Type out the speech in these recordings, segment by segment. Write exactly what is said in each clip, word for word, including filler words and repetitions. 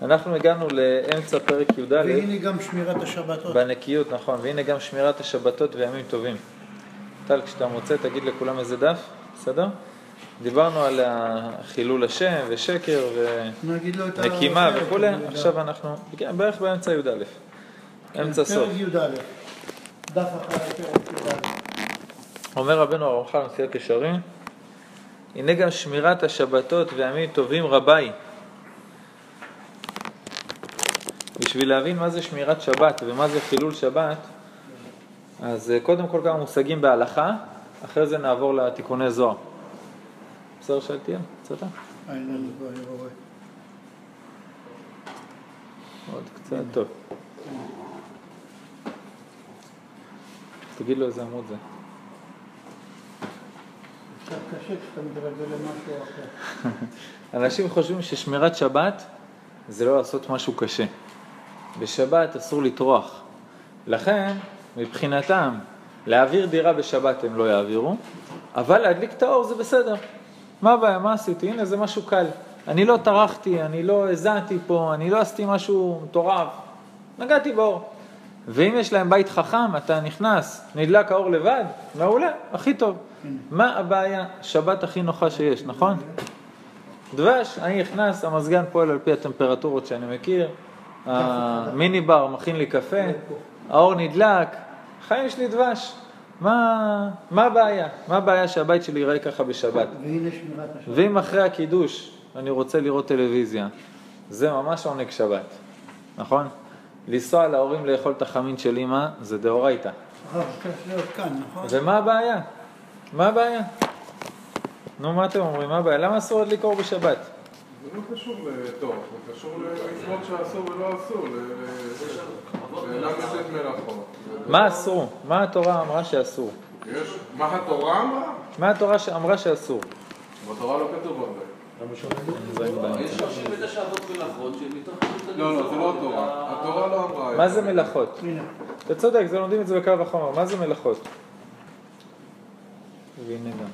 אנחנו הגענו לאמצע פרק י"ד. והנה גם שמירת השבתות. בנקיות, נכון. והנה גם שמירת השבתות וימים טובים. טל, כשאתה מוצא, תגיד לכולם איזה דף, בסדר? דיברנו על חילול השם ושקר ונקימה וכו'. עכשיו אנחנו בערך באמצע י"א. אמצע סוף. פרק י"א. דף אחר פרק י"א. אומר רבנו הרמח"ל מסילת ישרים, הנה גם שמירת השבתות וימים טובים רביי. בשביל להבין מה זה שמירת שבת ומה זה חילול שבת, אז קודם כל כמה מושגים בהלכה, אחרי זה נעבור לתיקוני זוהר. בסדר שאלתי? קצת? עוד קצת, טוב. תגיד לו איזה עמוד זה. קצת קשה כשאתה מתרגל למשהו אחר. אנשים חושבים ששמירת שבת זה לא לעשות משהו קשה. בשבת אסור לטרוח. לכן, מבחינתם, להעביר דירה בשבת הם לא יעבירו, אבל להדליק את האור זה בסדר. מה הבעיה? מה עשיתי? הנה, זה משהו קל. אני לא טרחתי, אני לא הזעתי פה, אני לא עשיתי משהו מטורף. נגעתי באור. ואם יש להם בית חכם, אתה נכנס, נדלק האור לבד, מעולה, הכי טוב. מה הבעיה? שבת הכי נוחה שיש, נכון? דבש, אני נכנס, המזגן פועל על פי הטמפרטורות שאני מכיר, המיני בר מכין לי קפה, האור נדלק, חיים יש לי דבש. מה, מה הבעיה? מה הבעיה שהבית שלי ייראה ככה בשבת? והנה שמירת השבת. ואם אחרי הקידוש אני רוצה לראות טלוויזיה, זה ממש עונג שבת, נכון? לנסוע להורים לאכול את החמין של אמא, זה דאורייתא. אחר כך להיות כאן, נכון? ומה הבעיה? מה הבעיה? נו, מה אתם אומרים? מה הבעיה? למה אסור להדליק אור בשבת? זה לא קשור לתור, זה קשור למצוות שאסור ולא אסור, ללמד את מלאכות. מה אסור? מה התורה אמרה שאסור? מה התורה אמרה? מה התורה אמרה שאסור? בתורה לא כתוב הרבה. יש שלושים ותשע אבות מלאכות שמתוך... לא, לא, זה לא התורה. התורה לא אמרה. מה זה מלאכות? אתה צודק, זה לומדים את זה בקו החומר. מה זה מלאכות? והנה גם.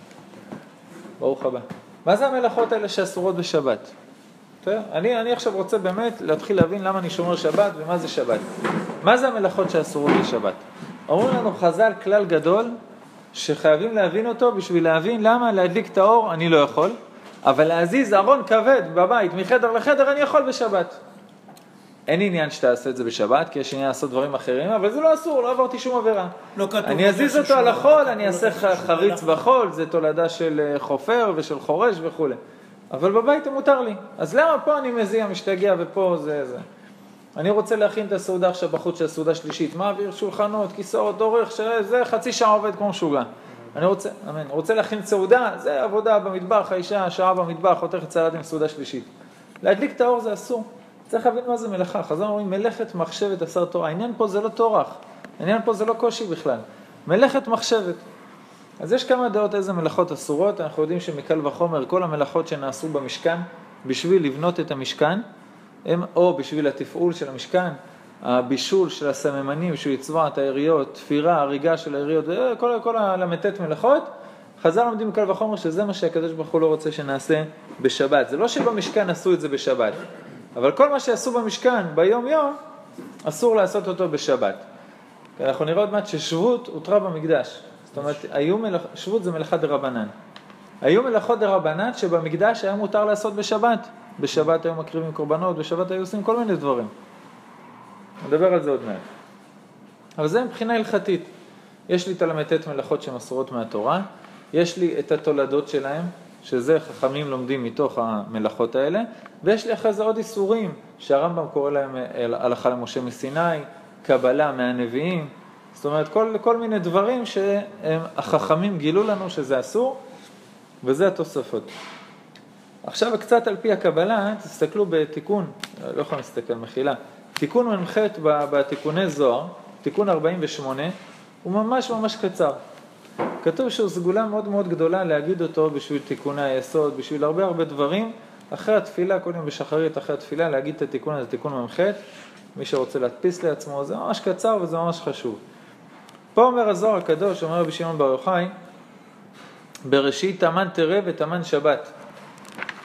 ברוך הבא. מה זה המלאכות האלה שאסורות בשבת? אני, אני עכשיו רוצה באמת להתחיל להבין למה אני שומר שבת ומה זה שבת. מה זה המלאכות שאסורות בשבת? אומרים לנו חז"ל כלל גדול שחייבים להבין אותו בשביל להבין למה להדליק את האור אני לא יכול, אבל להזיז ארון כבד בבית מחדר לחדר אני יכול בשבת. אין עניין שתעשה את זה בשבת, כי יש עניין לעשות דברים אחרים, אבל זה לא אסור, לא עברתי שום עבירה. לא כתוב. אני אזיז אותו על החול, אני אעשה חריץ בחול, זה תולדה של חופר ושל חורש וכו'. אבל בבית מותר לי. אז למה פה אני מזיע, משתגע ופה זה זה? אני רוצה להכין את הסעודה עכשיו בחוץ של הסעודה שלישית. מעביר שולחנות, כיסאות, דורך, זה חצי שעה עובד כמו משוגע. אני רוצה, אמן, רוצה להכין סעודה, זה עבודה במטבח, האישה, שעה במטבח, חותכת סלט עם סעודה שלישית. להדליק את האור זה אסור. צריך להבין מה זה מלאכה. חז"ל אומרים, מלאכת מחשבת עשר תורה. העניין פה זה לא תורח. העניין פה זה לא קושי בכלל. מלאכת מחשבת. אז יש כמה דעות איזה מלאכות אסורות. אנחנו יודעים שמקל וחומר, כל המלאכות שנעשו במשכן, בשביל לבנות את המשכן, הם, או בשביל התפעול של המשכן, הבישול של הסממנים, בשביל לצבוע את העיריות, תפירה, הריגה של העיריות, כל, כל הלמתת מלאכות, חז"ל לומדים מקל וחומר שזה מה שהקדוש ברוך הוא לא רוצה שנעשה בשבת. זה לא שבמשכן עשו את זה בשבת. אבל כל מה שעשו במשכן ביום יום, אסור לעשות אותו בשבת. אנחנו נראה עוד מעט ששבות הותרה במקדש. זאת אומרת, היו מלאכ... שבות זה מלאכה דרבנן. היו מלאכות דרבנן שבמקדש היה מותר לעשות בשבת. בשבת היו מקריבים קורבנות, בשבת היו עושים כל מיני דברים. נדבר על זה עוד מעט. אבל זה מבחינה הלכתית. יש לי את הלמתת מלאכות שמסורות מהתורה, יש לי את התולדות שלהם, שזה חכמים לומדים מתוך המלאכות האלה, ויש לי אחרי זה עוד איסורים, שהרמב"ם קורא להם הלכה למשה מסיני, קבלה מהנביאים, זאת אומרת כל, כל מיני דברים שהחכמים גילו לנו שזה אסור, וזה התוספות. עכשיו קצת על פי הקבלה, תסתכלו בתיקון, לא יכולים להסתכל מחילה, תיקון מנחת בתיקוני זוהר, תיקון ארבעים ושמונה, הוא ממש ממש קצר. כתוב שהוא סגולה מאוד מאוד גדולה להגיד אותו בשביל תיקוני היסוד, בשביל הרבה הרבה דברים. אחרי התפילה, קודם בשחרית, אחרי התפילה, להגיד את התיקון הזה, תיקון ממחת. מי שרוצה להדפיס לעצמו, זה ממש קצר וזה ממש חשוב. פה אומר הזוהר הקדוש, אומר רבי שמעון בר יוחאי, בראשית תמן תרא ותמן שבת.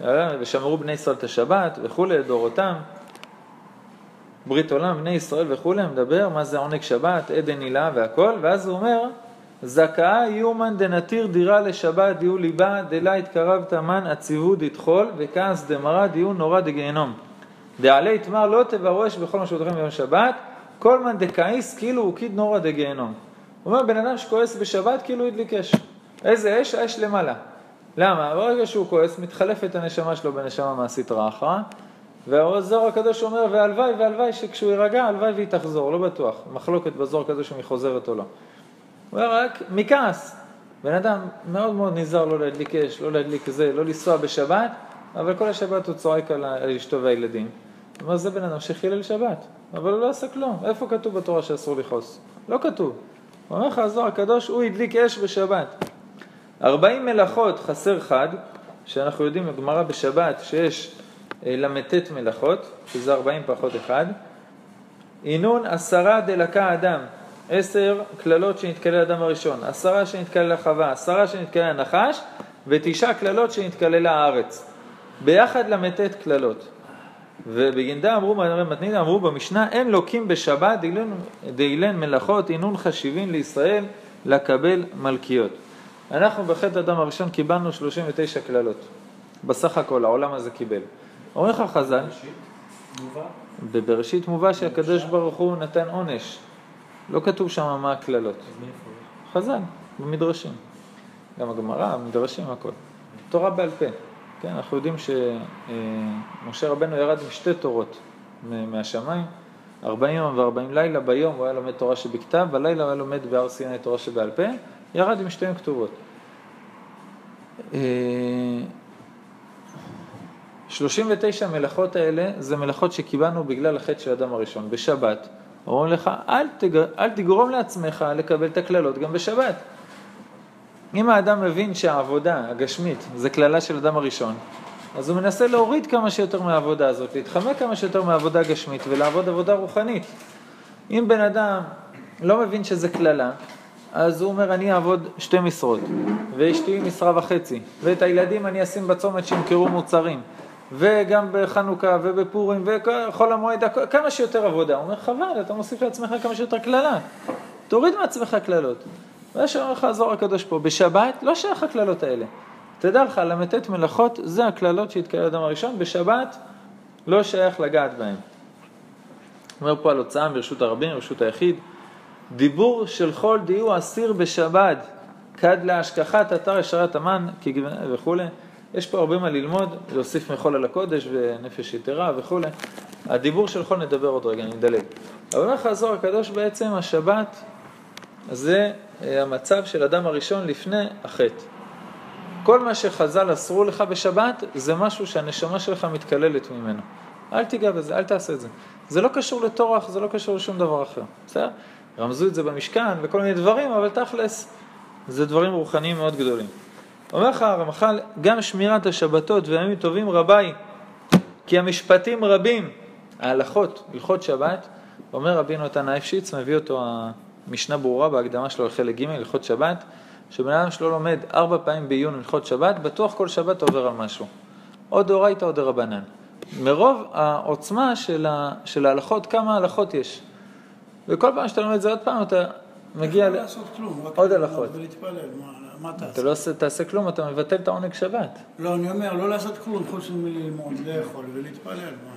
ושמרו בני ישראל את השבת וכולי, לדורותם, ברית עולם, בני ישראל וכולי, מדבר מה זה עונג שבת, עדן הילה והכל, ואז הוא אומר, זכאה יומן דנתיר דירה לשבת דיו ליבה, דלה התקרבת מן הציוו דתחול, וכעס דמרה דיו נורא דגיהנום. דעלי יתמר לא תברש בכל משמעותכם ביום שבת, כל מן דקאיס כאילו הוא קיד נורא דגיהנום. הוא אומר, בן אדם שכועס בשבת כאילו הוא הדליק אש. איזה אש? האש למעלה. למה? ברגע שהוא כועס, מתחלף את הנשמה שלו בנשמה מעשית רעה, והזוהר הקדוש אומר, והלוואי והלוואי שכשהוא יירגע, הלוואי והיא תחזור, לא בטוח. מחלוקת בזוהר הקדוש אם היא חוזרת או לא. הוא אומר רק מכעס. בן אדם מאוד מאוד נזהר לא להדליק אש, לא להדליק זה, לא לנסוע בשבת, אבל כל השבת הוא צועק על אשתו והילדים. הוא אומר, זה בן אדם שחילל שבת, אבל הוא לא עשה כלום. איפה כתוב בתורה שאסור לכעוס? לא כתוב. הוא אומר לך, הזוהר הקדוש, הוא הדליק אש בשבת. ארבעים מלאכות חסר חד, שאנחנו יודעים בגמרא בשבת שיש למתת מלאכות, שזה ארבעים פחות אחד. אינון עשרה דלקה אדם, עשר כללות שנתקלל לאדם הראשון, עשרה שנתקלל לחווה, עשרה שנתקלל לנחש, ותשעה כללות שנתקלל לארץ. ביחד למתת כללות. ובגינדה אמרו, מתנית אמרו במשנה, אין לוקים בשבת דאילן מלאכות, אינון חשיבין לישראל לקבל מלכיות. אנחנו בחטא אדם הראשון קיבלנו שלושים ותשע כללות. בסך הכל, העולם הזה קיבל. אומר לך חז"ל, בבראשית מובא שהקדוש ברוך הוא נתן עונש. לא כתוב שם מה הכללות. חז"ל, במדרשים. גם הגמרא, המדרשים, הכל. תורה בעל פה. כן, אנחנו יודעים שמשה רבנו ירד עם שתי תורות מהשמיים, ארבעים יום וארבעים לילה. ביום הוא היה לומד תורה שבכתב, בלילה הוא היה לומד בהר סיני תורה שבעל פה, ירד עם שתיים כתובות. שלושים ותשע מלאכות האלה זה מלאכות שקיבלנו בגלל החטא של האדם הראשון. בשבת אומרים לך, אל, תג... אל תגרום לעצמך לקבל את הכללות גם בשבת. אם האדם מבין שהעבודה הגשמית זה כללה של אדם הראשון, אז הוא מנסה להוריד כמה שיותר מהעבודה הזאת, להתחמק כמה שיותר מהעבודה הגשמית ולעבוד עבודה רוחנית. אם בן אדם לא מבין שזה כללה, אז הוא אומר, אני אעבוד שתי משרות, ואשתי משרה וחצי, ואת הילדים אני אשים בצומת שימכרו מוצרים, וגם בחנוכה ובפורים ובכל המועד, כמה שיותר עבודה. הוא אומר, חבל, אתה מוסיף לעצמך כמה שיותר כללה. תוריד מעצמך כללות. ויש אומר לך הזוהר הקדוש פה, בשבת לא שייך הכללות האלה. תדע לך, למתת מלאכות זה הכללות שהתקלל האדם הראשון, בשבת לא שייך לגעת בהם. אומר פה על הוצאה ברשות הרבים, ברשות היחיד, דיבור של כל דיו אסיר בשבת, כד להשכחת אתר ישרת המן וכו'. יש פה הרבה מה ללמוד, להוסיף מחול על הקודש ונפש יתרה וכו'. הדיבור של כל נדבר עוד רגע, אני מדלג. אבל אומר לך הזוהר הקדוש, בעצם השבת זה המצב של אדם הראשון לפני החטא. כל מה שחז"ל אסרו לך בשבת, זה משהו שהנשמה שלך מתקללת ממנו. אל תיגע בזה, אל תעשה את זה. זה לא קשור לתורח, זה לא קשור לשום דבר אחר. בסדר? רמזו את זה במשכן וכל מיני דברים, אבל תכלס, זה דברים רוחניים מאוד גדולים. אומר לך הרמח"ל, גם שמירת השבתות וימים טובים רבי, כי המשפטים רבים, ההלכות, הלכות שבת, אומר רבינו נתן אייפשיץ, מביא אותו המשנה ברורה בהקדמה שלו לחלק ג' הלכות שבת, שבן אדם שלו לומד ארבע פעמים בעיון הלכות שבת, בטוח כל שבת עובר על משהו. או דאורייתא או דרבנן. מרוב העוצמה של, ה, של ההלכות, כמה הלכות יש. וכל פעם שאתה לומד את זה עוד פעם, אתה מגיע לא לעשות כלום, עוד הלכות. ולהתפלל, מה, מה תעשה? אתה לא תעשה כלום, אתה מבטל את העונג שבת. לא, אני אומר, לא לעשות כלום, חוץ מללמוד, לאכול ולהתפלל. מה?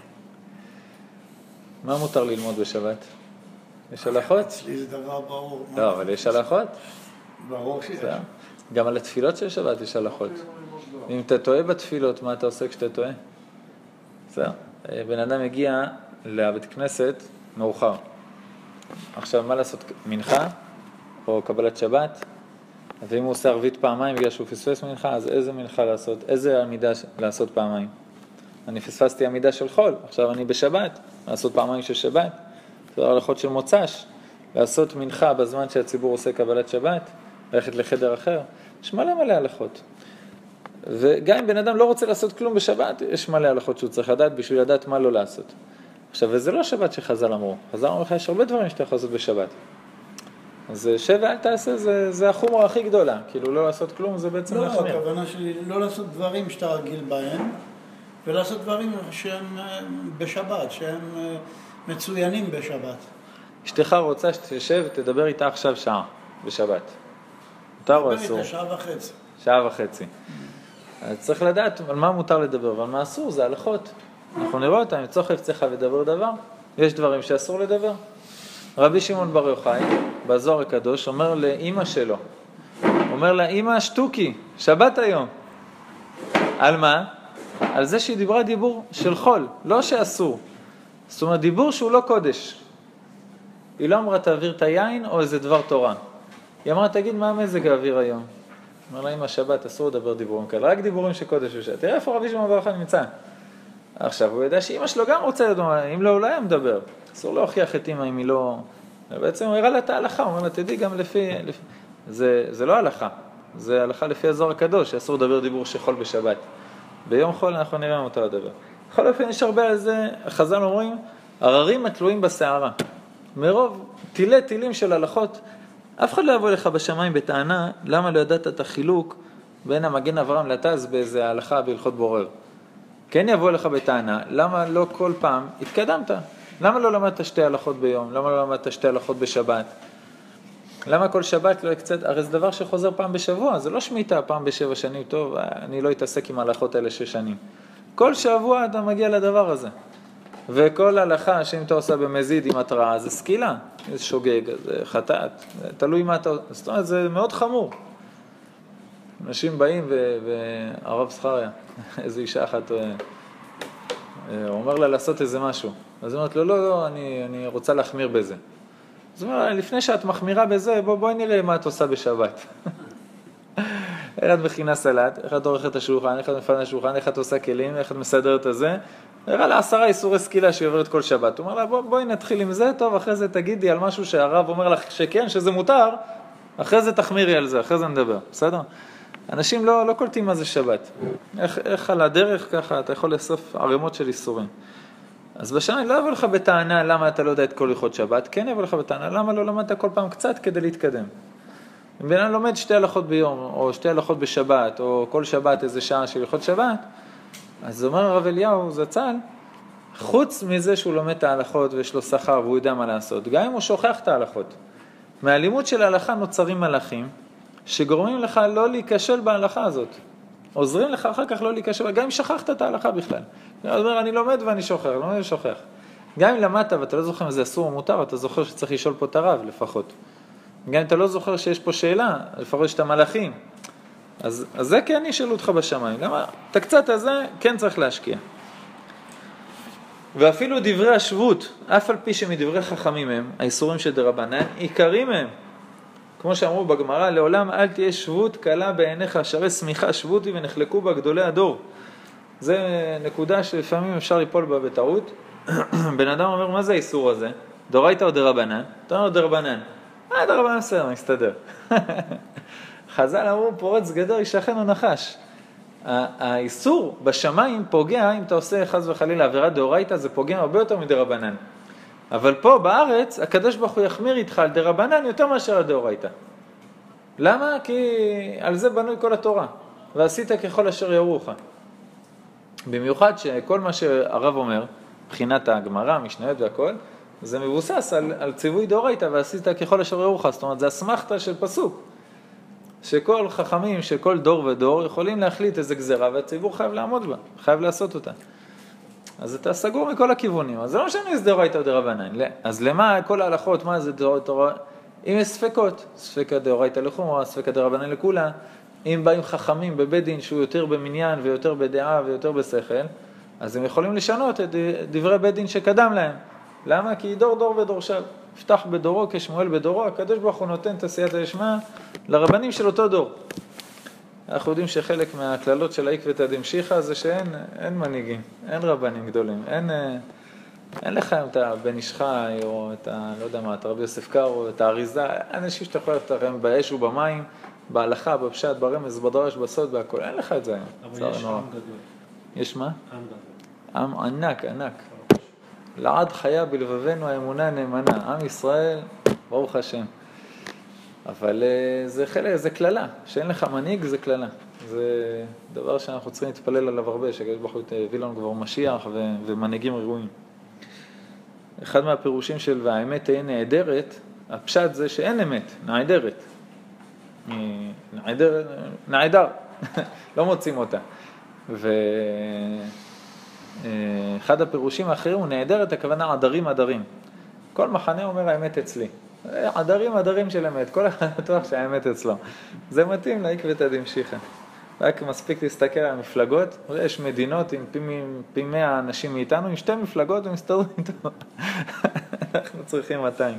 מה מותר ללמוד בשבת? יש הלכות? אצלי זה דבר ברור. לא, אבל יש הלכות? ברור שיש. גם על התפילות של שבת יש הלכות. אם אתה טועה בתפילות, מה אתה עושה כשאתה טועה? בסדר. בן אדם מגיע לבית כנסת מאוחר. עכשיו, מה לעשות? מנחה או קבלת שבת? ואם הוא עושה ערבית פעמיים בגלל שהוא פספס מנחה, אז איזה מנחה לעשות? איזה עמידה לעשות פעמיים? אני פספסתי עמידה של חול, עכשיו אני בשבת, לעשות פעמיים של שבת. זה הלכות של מוצ"ש, לעשות מנחה בזמן שהציבור עושה קבלת שבת, ללכת לחדר אחר. יש מלא מלא הלכות. וגם אם בן אדם לא רוצה לעשות כלום בשבת, יש מלא הלכות שהוא צריך לדעת בשביל לדעת מה לא לעשות. עכשיו, וזה לא שבת שחז"ל אמרו. חז"ל אמרו לך, יש הרבה דברים שאתה יכול לעשות בשבת. אז שב ואל תעשה, זה, זה החומרה הכי גדולה. כאילו, לא לעשות כלום, זה בעצם לא, להחמיר. הכוונה שלי, לא לעשות דברים שאתה רגיל בהם, ולעשות דברים שהם בשבת, שהם מצוינים בשבת. אשתך רוצה שתשב ותדבר איתה עכשיו שעה בשבת. מותר או אסור? שעה וחצי. שעה וחצי. אז צריך לדעת על מה מותר לדבר ועל מה אסור, זה הלכות. אנחנו נראה אותם, יצא חפצך ודבר דבר. יש דברים שאסור לדבר. רבי שמעון בר יוחאי, בזוהר הקדוש, אומר לאמא שלו, אומר לה, אמא שטוקי, שבת היום. על מה? על זה שהיא דיברה דיבור של חול, לא שאסור. זאת אומרת, דיבור שהוא לא קודש. היא לא אמרה תעביר את היין או איזה דבר תורה. היא אמרה, תגיד מה המזג האוויר היום. אומר לה, אמא, שבת, אסור לדבר דיבורים כאלה, רק דיבורים שקודש ושבת. תראה איפה רבי שמעון בר יוחאי נמצא. עכשיו, הוא יודע שאמא שלו גם רוצה לדבר, אם לא, אולי היה מדבר. אסור להוכיח את אמא אם היא לא... בעצם הוא הראה לה את ההלכה, הוא אומר לה, תדעי גם לפי... לפי... זה, זה לא הלכה, זה הלכה לפי הזוהר הקדוש, שאסור לדבר דיבור של חול בשבת. ביום חול אנחנו נראה מותר לדבר. בכל אופן יש הרבה על זה, החז"ל אומרים, הררים התלויים בשערה. מרוב טילי טילים של הלכות, אף אחד לא יבוא לך בשמיים בטענה, למה לא ידעת את החילוק בין המגן אברהם לטז באיזה ההלכה בהלכות בורר. כן יבוא לך בטענה, למה לא כל פעם התקדמת? למה לא למדת שתי הלכות ביום? למה לא למדת שתי הלכות בשבת? למה כל שבת לא קצת? הרי זה דבר שחוזר פעם בשבוע, זה לא שמיטה פעם בשבע שנים, טוב, אני לא אתעסק עם ההלכות האלה שש שנים. כל שבוע אתה מגיע לדבר הזה. וכל הלכה שאם אתה עושה במזיד עם התראה, זה סקילה, זה שוגג, זה חטאת, זה תלוי מה אתה... זאת אומרת, זה מאוד חמור. אנשים באים והרב זכריה, איזו אישה אחת, הוא אומר לה לעשות איזה משהו. אז היא אומרת לו, לא, לא, אני, אני רוצה להחמיר בזה. אז הוא אומר, לפני שאת מחמירה בזה, בוא, בואי נראה מה את עושה בשבת. איך את מכינה סלט, איך את עורכת את השולחן, איך את מפנה השולחן, איך את עושה כלים, איך את מסדרת את זה. הראה לה עשרה איסורי סקילה שהיא עוברת כל שבת. הוא אומר לה, בוא, בואי נתחיל עם זה, טוב, אחרי זה תגידי על משהו שהרב אומר לך שכן, שזה מותר, אחרי זה תחמירי על זה, אחרי זה נדבר, בסדר? אנשים לא, לא קולטים מה זה שבת. איך, איך על הדרך ככה אתה יכול לאסוף ערימות של איסורים. אז בשנה לא יבוא לך בטענה למה אתה לא יודע את כל הלכות שבת, כן יבוא לך בטענה למה לא למדת כל פעם קצת כדי להתקדם. אם בן אדם לומד שתי הלכות ביום, או שתי הלכות בשבת, או כל שבת איזה שעה של הלכות שבת, אז אומר הרב אליהו זצ"ל, חוץ מזה שהוא לומד את ההלכות ויש לו שכר והוא יודע מה לעשות, גם אם הוא שוכח את ההלכות. מהלימוד של ההלכה נוצרים מלאכים, שגורמים לך לא להיכשל בהלכה הזאת. עוזרים לך אחר כך לא להיכשל, גם אם שכחת את ההלכה בכלל. אז אומר, אני לומד ואני שוכח, לומד ושוכח. גם אם למדת ואתה לא זוכר אם זה אסור או מותר, אתה זוכר שצריך לשאול פה את הרב לפחות. גם אם אתה לא זוכר שיש פה שאלה, לפחות יש את המלאכים. אז, אז זה כן ישאלו אותך בשמיים. למה? את הקצת הזה כן צריך להשקיע. ואפילו דברי השבות, אף על פי שמדברי חכמים הם, האיסורים של דרבנן, עיקרים הם. כמו שאמרו בגמרא, לעולם אל תהיה שבות קלה בעיניך, שרי סמיכה שבותי ונחלקו בה גדולי הדור. זה נקודה שלפעמים אפשר ליפול בה בטעות. בן אדם אומר, מה זה האיסור הזה? דורייתא או דרבנן? אתה אומר דרבנן. אה, דרבנן בסדר, מסתדר. חז"ל אמרו, פורץ גדול, ישכן או נחש. האיסור בשמיים פוגע, אם אתה עושה חס וחלילה עבירת דאורייתא, זה פוגע הרבה יותר מדרבנן. אבל פה בארץ, הקדוש ברוך הוא יחמיר איתך על דרבנן יותר מאשר על דאורייתא. למה? כי על זה בנוי כל התורה. ועשית ככל אשר יורוך. במיוחד שכל מה שהרב אומר, מבחינת הגמרא, משניות והכל, זה מבוסס על, על ציווי דאורייתא, ועשית ככל אשר יורוך. זאת אומרת, זה אסמכתא של פסוק. שכל חכמים, שכל דור ודור, יכולים להחליט איזה גזרה, והציבור חייב לעמוד בה, חייב לעשות אותה. אז אתה סגור מכל הכיוונים, אז זה לא משנה אם זה דאורייתא או דרבנן. אז למה כל ההלכות, מה זה דאורייתא? אם יש ספקות, ספקא דאורייתא לחומרא, ספקא דרבנן לכולה, אם באים חכמים בבית דין שהוא יותר במניין ויותר בדעה ויותר בשכל, אז הם יכולים לשנות את דברי בית דין שקדם להם. למה? כי דור דור ודורשיו. יפתח בדורו כשמואל בדורו, הקדוש ברוך הוא נותן את עשייתא דשמיא לרבנים של אותו דור. אנחנו יודעים שחלק מהכללות של העקבתא דמשיחא זה שאין אין מנהיגים, אין רבנים גדולים, אין, אין לך היום את הבן איש חי או את ה, לא יודע מה, את הרבי יוסף קארו או את האריזה, אנשים שאתה יכול ללכת להם באש ובמים, בהלכה, בפשט, ברמז, בדרש, בסוד, בהכל, אין לך את זה היום. אבל יש עם גדול. יש מה? עם גדול. עם ענק, ענק. לעד חיה בלבבנו האמונה נאמנה, עם ישראל, ברוך השם. אבל זה חלק, זה כללה, שאין לך מנהיג זה כללה. זה דבר שאנחנו צריכים להתפלל עליו הרבה, שהקדוש ברוך הוא הביא לנו כבר משיח ו- ומנהיגים ראויים. אחד מהפירושים של והאמת תהיה נעדרת, הפשט זה שאין אמת, נעדרת. נעדר, נעדר, לא מוצאים אותה. ואחד הפירושים האחרים הוא נעדרת, הכוונה עדרים עדרים. כל מחנה אומר האמת אצלי. עדרים עדרים של אמת, כל אחד בטוח שהאמת אצלו. זה מתאים לעקבתא דמשיחא. רק מספיק להסתכל על המפלגות, יש מדינות עם פי מאה אנשים מאיתנו, עם שתי מפלגות ומסתדרים איתו. אנחנו צריכים מאתיים.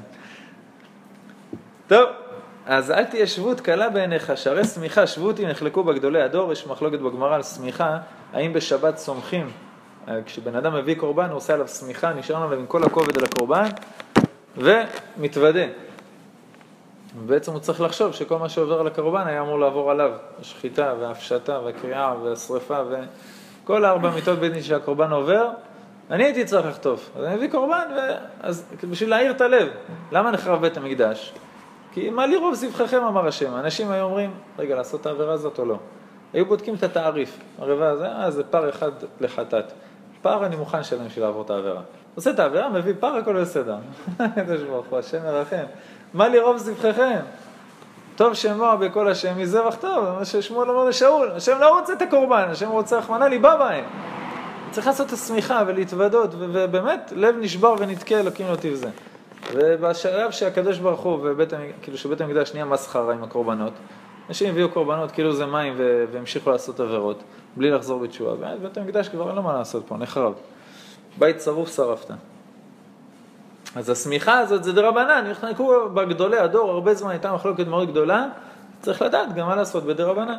טוב, אז אל תהיה שבות קלה בעיניך, שהרי סמיכה, שבות אם נחלקו בגדולי הדור, יש מחלוקת בגמרא על סמיכה, האם בשבת סומכים, כשבן אדם מביא קורבן, הוא עושה עליו סמיכה, נשאר עליו עם כל הכובד על הקורבן, ומתוודה. ובעצם הוא צריך לחשוב שכל מה שעובר על הקורבן היה אמור לעבור עליו, השחיטה וההפשטה והקריאה והשריפה וכל הארבע מיתות בית דין שהקורבן עובר, אני הייתי צריך לכתוב. אז אני מביא קורבן, ו... אז בשביל להעיר את הלב, למה נחרב בית המקדש? כי מה לי רוב זבחיכם אמר השם, אנשים היו אומרים, רגע, לעשות את העבירה הזאת או לא? היו בודקים את התעריף, הרבע הזה, אה, זה פר אחד לחטאת. פר אני מוכן שלהם בשביל לעבור את העבירה. עושה את העבירה, מביא פר, הכל בסדר. תשבוך, השם מרחם. מה לי רוב זבחיכם? טוב שמוע בכל השם מזבח טוב, מה ששמואל אומר לשאול, השם לא רוצה את הקורבן, השם רוצה רחמנא ליבא בהם. צריך לעשות את הסמיכה ולהתוודות, ובאמת לב נשבר ונתקה אלוקים לא תבזה. ובשלב שהקדוש ברוך הוא, ובית, כאילו שבית המקדש נהיה מסחרה עם הקורבנות, אנשים הביאו קורבנות כאילו זה מים והמשיכו לעשות עבירות, בלי לחזור בתשובה, ובית המקדש כבר אין לו מה לעשות פה, נחרב. בית שרוף שרפת. אז הסמיכה הזאת זה דרבנן, נחנקו בגדולי הדור, הרבה זמן הייתה מחלוקת מאוד גדולה, צריך לדעת גם מה לעשות בדרבנן.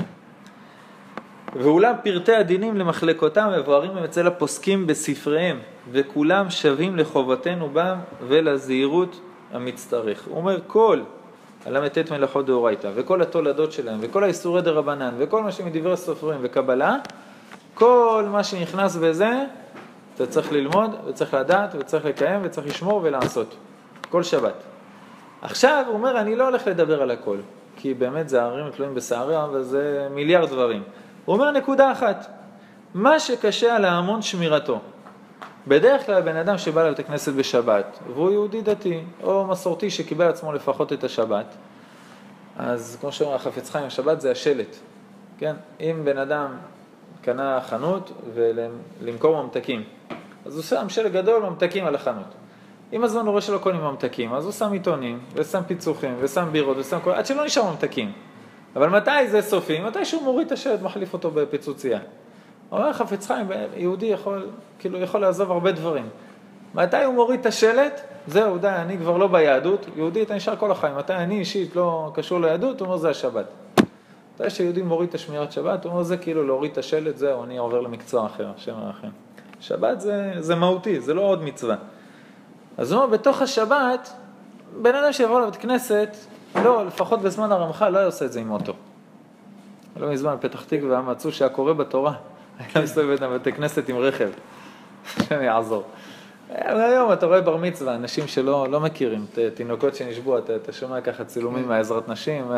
ואולם פרטי הדינים למחלקותם מבוארים אצל הפוסקים בספריהם, וכולם שווים לחובתנו בם ולזהירות המצטרך. הוא אומר כל הל"ט מלאכות דאורייתא, וכל התולדות שלהם, וכל האיסורי דרבנן, וכל מה שמדברי סופרים וקבלה, כל מה שנכנס בזה, אתה צריך ללמוד, וצריך לדעת, וצריך לקיים, וצריך לשמור ולעשות. כל שבת. עכשיו הוא אומר, אני לא הולך לדבר על הכל, כי באמת זה הערים תלויים בשערה, וזה מיליארד דברים. הוא אומר נקודה אחת, מה שקשה על ההמון שמירתו. בדרך כלל בן אדם שבא לבית הכנסת בשבת, והוא יהודי דתי, או מסורתי שקיבל עצמו לפחות את השבת, אז כמו שאומר החפץ חיים, השבת זה השלט. כן? אם בן אדם קנה חנות ולמכור ממתקים, אז הוא שם שלט גדול ממתקים על החנות. אם הזמן הוא רואה שלא קונים ממתקים, אז הוא שם עיתונים, ושם פיצוחים, ושם בירות, ושם כל... עד שלא נשאר ממתקים. אבל מתי זה סופי? מתי שהוא מוריד את השלט, מחליף אותו בפיצוצייה. אומר חפץ חיים, יהודי יכול, כאילו, יכול לעזוב הרבה דברים. מתי הוא מוריד את השלט? זהו, די, אני כבר לא ביהדות. יהודי, אתה נשאר כל החיים. מתי אני אישית לא קשור ליהדות? הוא אומר, זה השבת. מתי שיהודי מוריד את השמירת שבת, הוא אומר, זה כאילו להוריד את השלט, זהו, אני עובר למקצוע אחר, השם מרחם. שבת זה, זה מהותי, זה לא עוד מצווה. אז הוא אומר, בתוך השבת, בן אדם שיבוא לבית כנסת, לא, לפחות בזמן הרמח"ל, לא עושה את זה עם אוטו. לא מזמן, פתח תקווה, מצאו שהקורא בתורה, היה מסתובב בבתי כנסת עם רכב, שאני אעזור. היום אתה רואה בר מצווה, אנשים שלא לא מכירים, תינוקות שנשבו, אתה, אתה שומע ככה צילומים מהעזרת נשים,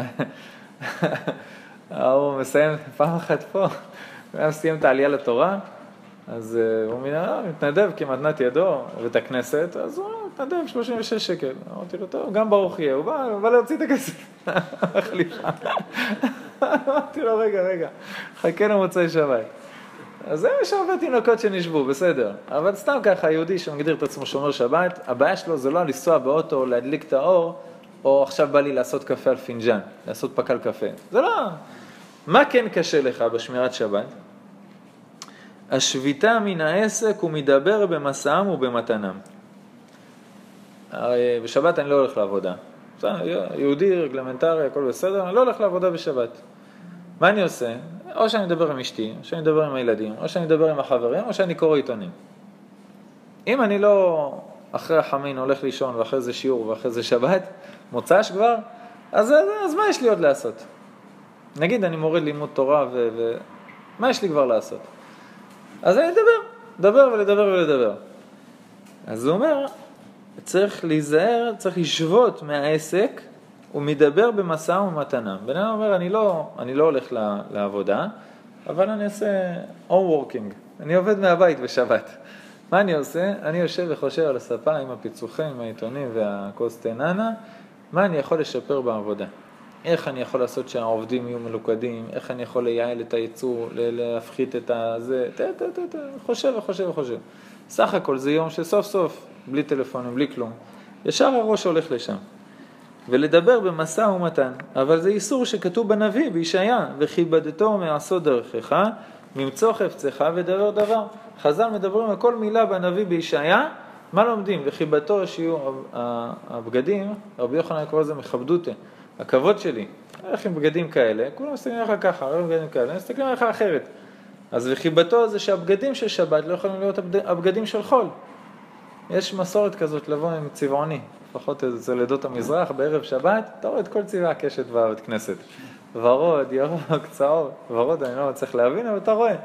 הוא מסיים פעם אחת פה, הוא מסיים את העלייה לתורה, אז הוא מנה, מתנדב כמתנת ידו בבית הכנסת, אז הוא מתנדב שלושים ושש שקל. אמרתי לו, טוב, גם ברוך יהיה, הוא בא, הוא בא להוציא את הכסף. מחליפה. אמרתי לו, רגע, רגע, חכה למוצאי שבת. אז יש הרבה תינוקות שנשבו, בסדר. אבל סתם ככה, יהודי שמגדיר את עצמו שומר שבת, הבעיה שלו זה לא לנסוע באוטו, להדליק את האור, או עכשיו בא לי לעשות קפה על פינג'ן, לעשות פקל קפה. זה לא... מה כן קשה לך בשמירת שבת? השביתה מן העסק ומדבר במסעם ובמתנם. בשבת אני לא הולך לעבודה. יהודי, רגלמנטרי, הכל בסדר, אני לא הולך לעבודה בשבת. מה אני עושה? או שאני מדבר עם אשתי, או שאני מדבר עם הילדים, או שאני מדבר עם החברים, או שאני קורא עיתונים. אם אני לא אחרי החמין הולך לישון, ואחרי זה שיעור, ואחרי זה שבת, מוצ"ש כבר, אז, אז מה יש לי עוד לעשות? נגיד אני מוריד לימוד תורה, ו... ו... מה יש לי כבר לעשות? אז אני אדבר, דבר ולדבר ולדבר. אז הוא אומר, צריך להיזהר, צריך לשבות מהעסק הוא מדבר במשא ומתנה. בן אדם אומר, אני לא, אני לא הולך לעבודה, אבל אני עושה home working. אני עובד מהבית בשבת. מה אני עושה? אני יושב וחושב על הספה עם הפיצוחים, עם העיתונים והכוס תננה, מה אני יכול לשפר בעבודה? איך אני יכול לעשות שהעובדים יהיו מלוכדים? איך אני יכול לייעל את הייצור, להפחית את הזה? ת, ת, ת, ת, חושב וחושב וחושב. סך הכל זה יום שסוף סוף, בלי טלפונים, בלי כלום. ישר הראש הולך לשם. ולדבר במשא ומתן. אבל זה איסור שכתוב בנביא, בישעיה, וכיבדתו מעשות דרכך, ממצוא חפצך ודבר דבר. חז"ל מדברים על כל מילה בנביא בישעיה, מה לומדים? וכיבדתו שיהיו הבגדים, רבי יוחנן קורא לזה מכבדותה, הכבוד שלי. איך עם בגדים כאלה? כולם מסתכלים עליך ככה, הרבה בגדים כאלה, מסתכלים עליך אחרת. אז וכיבדתו זה שהבגדים של שבת לא יכולים להיות הבגדים של חול. יש מסורת כזאת לבוא עם צבעוני, לפחות אצל עדות המזרח, בערב שבת, אתה רואה את כל צבעי הקשת בבית כנסת. ורוד, ירוק, צהוב, ורוד, אני לא צריך להבין, אבל אתה רואה.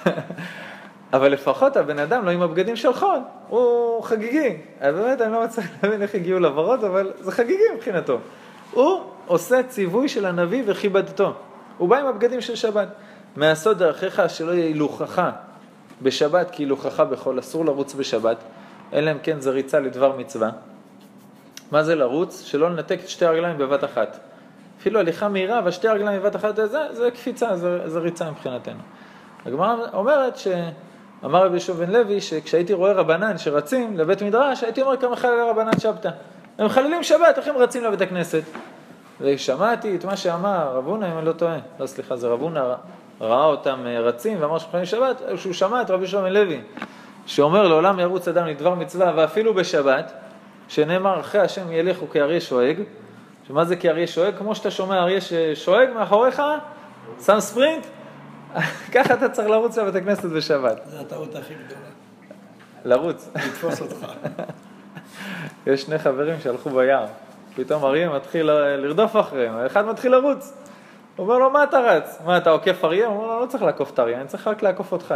אבל לפחות הבן אדם לא עם הבגדים של חול, הוא חגיגי. אז באמת אני לא מצליח להבין איך הגיעו לוורוד, אבל זה חגיגי מבחינתו. הוא עושה ציווי של הנביא וכיבדתו. הוא בא עם הבגדים של שבת. מעשות דרכך שלא יהיה הילוכך בשבת, כי הילוכך בחול, אסור לרוץ בשבת, אלא אם כן זה ריצה לדבר מצווה. מה זה לרוץ? שלא לנתק את שתי הרגליים בבת אחת. אפילו הליכה מהירה, אבל שתי הרגליים בבת אחת, זה, זה קפיצה, זה, זה ריצה מבחינתנו. הגמרא אומרת שאמר רבי יהושע בן לוי, שכשהייתי רואה רבנן שרצים לבית מדרש, הייתי אומר כמה חללי רבנן שבתא. הם מחללים שבת, איך הם רצים לבית הכנסת? ושמעתי את מה שאמר רב הונא, אם אני לא טועה, לא סליחה, זה רב הונא ראה אותם רצים ואמר שמחללים שבת, שהוא שמע את רבי יהושע בן לוי, שאומר לעולם ירוץ אדם לדבר מצווה, ואפילו בשבת, שנאמר אחרי השם ילכו כאריה שואג, שמה זה כאריה שואג? כמו שאתה שומע אריה ששואג מאחוריך, שם ספרינט, ככה אתה צריך לרוץ לבית הכנסת בשבת. זה הטעות הכי גדולה. לרוץ. לתפוס אותך. יש שני חברים שהלכו ביער, פתאום אריה מתחיל לרדוף אחריהם, אחד מתחיל לרוץ. הוא אומר לו, מה אתה רץ? מה, אתה עוקף אריה? הוא אומר לו, לא צריך לעקוף את אריה, אני צריך רק לעקוף אותך.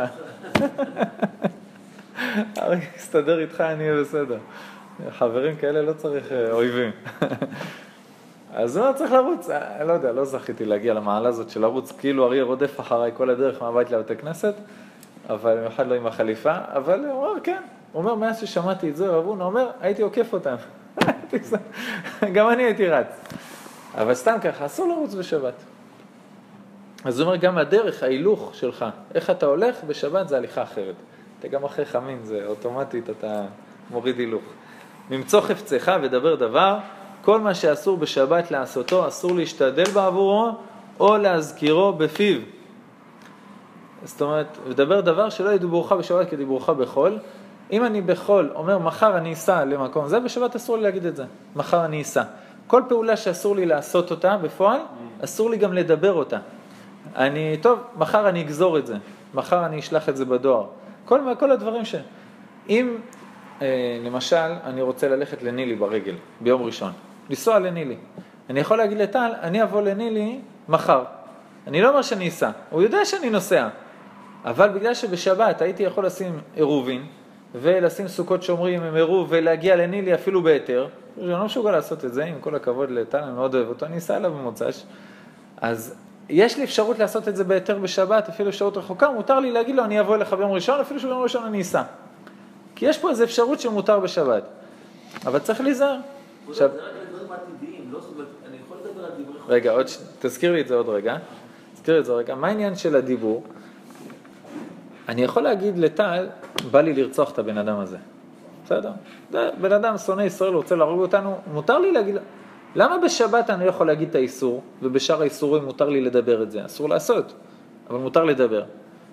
אריה, הסתדר איתך, אני אהיה בסדר. חברים כאלה לא צריך אויבים. אז הוא צריך לרוץ, אני לא יודע, לא זכיתי להגיע למעלה הזאת של לרוץ, כאילו אריה רודף אחריי כל הדרך מהבית לבית הכנסת, אבל במיוחד לא עם החליפה, אבל הוא אומר, כן, הוא אומר, מאז ששמעתי את זה, רב הונא אומר, הייתי עוקף אותם. גם אני הייתי רץ. אבל סתם ככה, אסור לרוץ בשבת. אז הוא אומר, גם הדרך, ההילוך שלך, איך אתה הולך בשבת זה הליכה אחרת. אתה גם אחרי חמין, זה אוטומטית, אתה מוריד הילוך. ממצוא חפצך ודבר דבר, כל מה שאסור בשבת לעשותו, אסור להשתדל בעבורו, או להזכירו בפיו. זאת אומרת, ודבר דבר שלא ידבורך בשבת כדיבורך בחול. אם אני בחול אומר, מחר אני אסע למקום, זה בשבת אסור לי להגיד את זה. מחר אני אסע. כל פעולה שאסור לי לעשות אותה בפועל, אסור לי גם לדבר אותה. אני, טוב, מחר אני אגזור את זה. מחר אני אשלח את זה בדואר. כל, כל הדברים ש... אם, אה, למשל, אני רוצה ללכת לנילי ברגל, ביום ראשון. לנסוע לנילי. אני יכול להגיד לטל, אני אבוא לנילי מחר. אני לא אומר שאני אסע. הוא יודע שאני נוסע. אבל בגלל שבשבת הייתי יכול לשים עירובין, ולשים סוכות שומרים עם עירוב, ולהגיע לנילי אפילו ביתר, אני לא משוגע לעשות את זה, עם כל הכבוד לטל, אני מאוד אוהב אותו, אני אסע אליו במוצ"ש. אז יש לי אפשרות לעשות את זה ביתר בשבת, אפילו אפשרות רחוקה, מותר לי להגיד לו, אני אבוא אליך ביום ראשון, אפילו שביום ראשון אני אסע. כי יש פה איזו אפשרות שמותר בשבת. אבל צריך להיזהר. זה רק לדברים עתידיים, לא זאת אומרת, אני יכול לדבר על דיבורי חוק. רגע, עוד, תזכיר לי את זה עוד רגע. תזכיר לי את זה רגע. מה העניין של הדיבור? אני יכול להגיד לטל, בא לי לרצוח את הבן אדם הזה. בסדר? זה בן אדם שונא ישראל, רוצה להרוג אותנו, מותר לי להגיד, למה בשבת אני יכול להגיד את האיסור, ובשאר האיסורים מותר לי לדבר את זה? אסור לעשות, אבל מותר לדבר.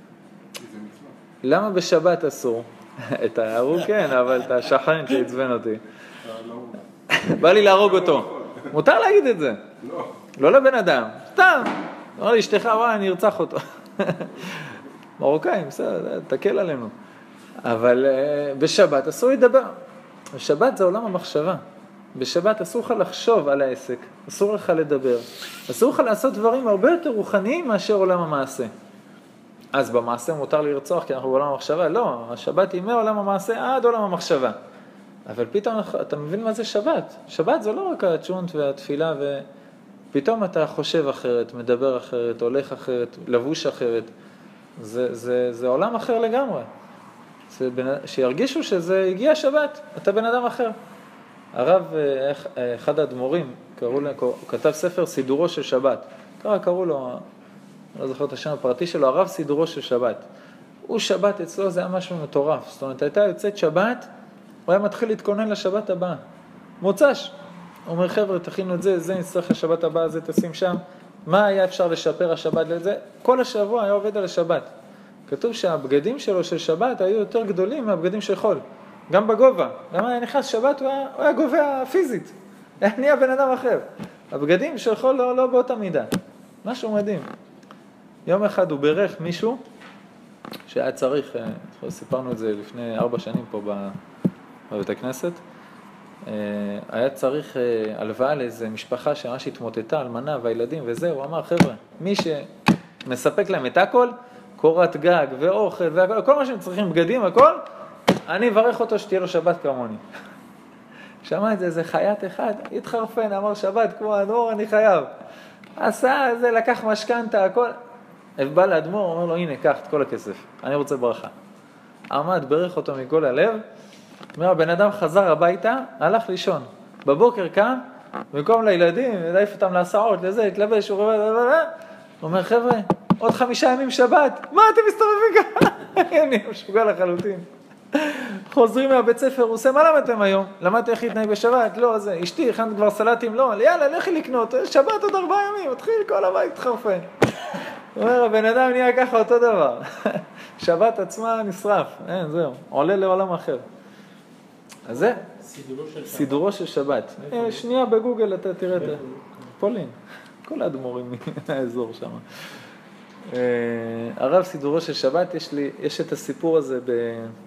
למה בשבת אסור? את ההרוג כן, אבל את השחרן שהצבן אותי. בא לי להרוג אותו. מותר להגיד את זה. לא. לא לבן אדם, סתם. אמר לי, אשתך, וואי, אני ארצח אותו. מרוקאים, בסדר, תקל עלינו. אבל uh, בשבת אסור לדבר. בשבת זה עולם המחשבה. בשבת אסור לך לחשוב על העסק, אסור לך לדבר. אסור לך לעשות דברים הרבה יותר רוחניים מאשר עולם המעשה. אז במעשה מותר לרצוח כי אנחנו בעולם המחשבה. לא, השבת היא מעולם המעשה עד עולם המחשבה. אבל פתאום אתה מבין מה זה שבת. שבת זה לא רק הצ'ונט והתפילה, ופתאום אתה חושב אחרת, מדבר אחרת, הולך אחרת, לבוש אחרת. זה, זה, זה עולם אחר לגמרי. זה בנ... שירגישו שזה הגיע שבת, אתה בן אדם אחר. הרב, אחד האדמו"רים, קראו לו, הוא כתב ספר סידורו של שבת. ככה קראו לו, לא זוכר את השם הפרטי שלו, הרב סידורו של שבת. הוא שבת אצלו זה היה משהו מטורף. זאת אומרת, הייתה יוצאת שבת, הוא היה מתחיל להתכונן לשבת הבאה. מוצ"ש. הוא אומר, חבר'ה, תכינו את זה, זה נצטרך לשבת הבאה, זה תשים שם. מה היה אפשר לשפר השבת לזה? כל השבוע היה עובד על השבת. כתוב שהבגדים שלו של שבת היו יותר גדולים מהבגדים של חול. גם בגובה. למה היה נכנס שבת, הוא היה, הוא היה גובה פיזית. היה נהיה בן אדם אחר. הבגדים של חול לא, לא באותה מידה. משהו מדהים. יום אחד הוא ברך מישהו, שהיה צריך, סיפרנו את זה לפני ארבע שנים פה בבית הכנסת, היה צריך הלוואה לאיזו משפחה שממש התמוטטה, אלמנה והילדים וזה, הוא אמר, חבר'ה, מי שמספק להם את הכל, קורת גג ואוכל והכל, כל מה שהם צריכים, בגדים, הכל, אני אברך אותו שתהיה לו שבת כמוני. שמע את זה, איזה חייט אחד, התחרפן, אמר שבת כמו האדמו"ר, אני חייב. עשה זה, לקח משכנתה, הכל. בא לאדמו"ר, אומר לו, הנה, קח את כל הכסף, אני רוצה ברכה. עמד, ברך אותו מכל הלב, אומר, הבן אדם חזר הביתה, הלך לישון. בבוקר קם, במקום לילדים, להעיף אותם להסעות, לזה, התלבש, הוא אומר, חבר'ה, עוד חמישה ימים שבת, מה אתם מסתובבים ככה? אני משוגע לחלוטין. חוזרים מהבית ספר, הוא עושה, מה למדתם היום? למדתי איך להתנהג בשבת? לא, זה, אשתי, הכנת כבר סלטים? לא, יאללה, לכי לקנות, שבת עוד ארבעה ימים, מתחיל כל הבית תחרפן. הוא אומר, הבן אדם נהיה ככה אותו דבר. שבת עצמה נשרף, אין, זהו, עולה לעולם אחר. אז זה, סידורו של שבת. שנייה בגוגל אתה תראה את זה. פולין, כל האדמו"רים מהאזור שם. הרב סידורו של שבת, יש לי, יש את הסיפור הזה ב...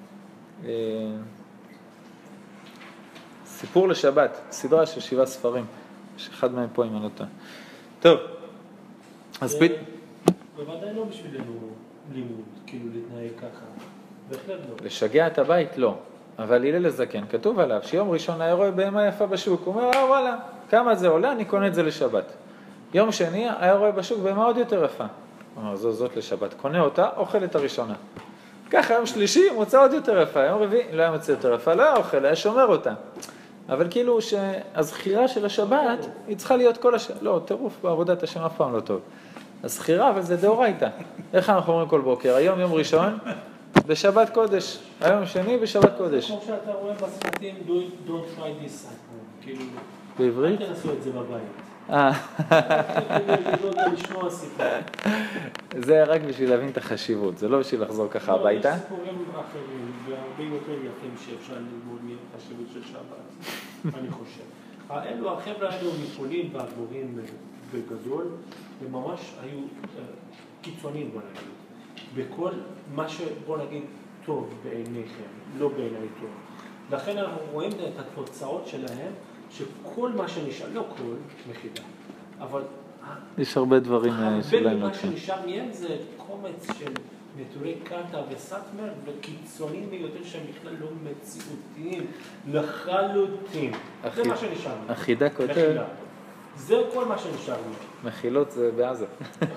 סיפור לשבת, סדרה של שבעה ספרים. יש אחד מהם פה עם הנוטה. טוב, אז פית... בוודאי לא בשבילנו לימוד, כאילו להתנהג ככה. בהחלט לא. לשגע את הבית לא. אבל הלל הזקן, כתוב עליו שיום ראשון היה רואה בהמה יפה בשוק, הוא אומר, אה וואלה, כמה זה עולה, אני קונה את זה לשבת. יום שני היה רואה בשוק בהמה עוד יותר יפה. הוא אומר, זו זאת לשבת, קונה אותה, אוכל את הראשונה. ככה יום שלישי מוצא עוד יותר יפה, יום רביעי לא היה מוצא יותר יפה, לא היה אוכל, היה שומר אותה. אבל כאילו שהזכירה של השבת היא צריכה להיות כל השבת, לא, טירוף בעבודת השם אף פעם לא טוב. הזכירה, אבל זה דאורייתא. איך אנחנו אומרים כל בוקר? היום יום ראשון, בשבת קודש. היום שני בשבת קודש. כמו שאתה רואה בסרטים, don't try this at home. כאילו, בעברית? אל תנסו את זה בבית. אה. לא לשמוע סיפור. זה רק בשביל להבין את החשיבות, זה לא בשביל לחזור ככה הביתה. יש סיפורים אחרים, והרבה יותר יפים שאפשר ללמוד מהחשיבות של שבת, אני חושב. האלו, החבר'ה האלו מפולין והגבוהים בגדול, הם ממש היו קיצוניים, בוא נגיד. בכל מה שבוא נגיד טוב בעיניכם, לא בעיני טוב. לכן אנחנו רואים את התוצאות שלהם, שכל מה שנשאר, לא כל מחילה, אבל יש הרבה דברים שלהם. הרבה ממה שנשאר מהם זה קומץ של נטורי קאטה וסאטמר, וקיצוניים ביותר שהם בכלל לא מציאותיים, לחלוטין. זה מה שנשאר מהם. החידה כותב. זה כל מה שנשאר מהם. מחילות זה בעזה.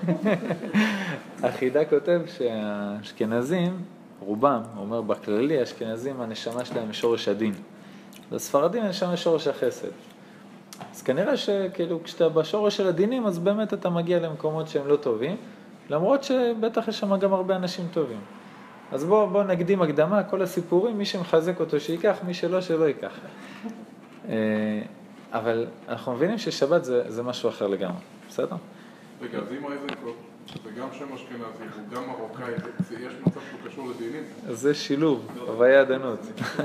החידה כותב שהאשכנזים, רובם, הוא אומר בכללי, האשכנזים הנשמה שלהם שורש הדין. הספרדים הנשמה שורש החסד. אז כנראה שכאילו כשאתה בשורש של הדינים, אז באמת אתה מגיע למקומות שהם לא טובים, למרות שבטח יש שם גם הרבה אנשים טובים. אז בוא, בוא נקדים הקדמה, כל הסיפורים, מי שמחזק אותו שיקח, מי שלא, שלא ייקח. אבל אנחנו מבינים ששבת זה, זה משהו אחר לגמרי, בסדר? רגע, אז אם איזנקוט, זה גם שם אשכנזי, הוא גם מרוקאי, יש מצב שהוא קשור לדינים? אז זה שילוב, הוויה עדנות.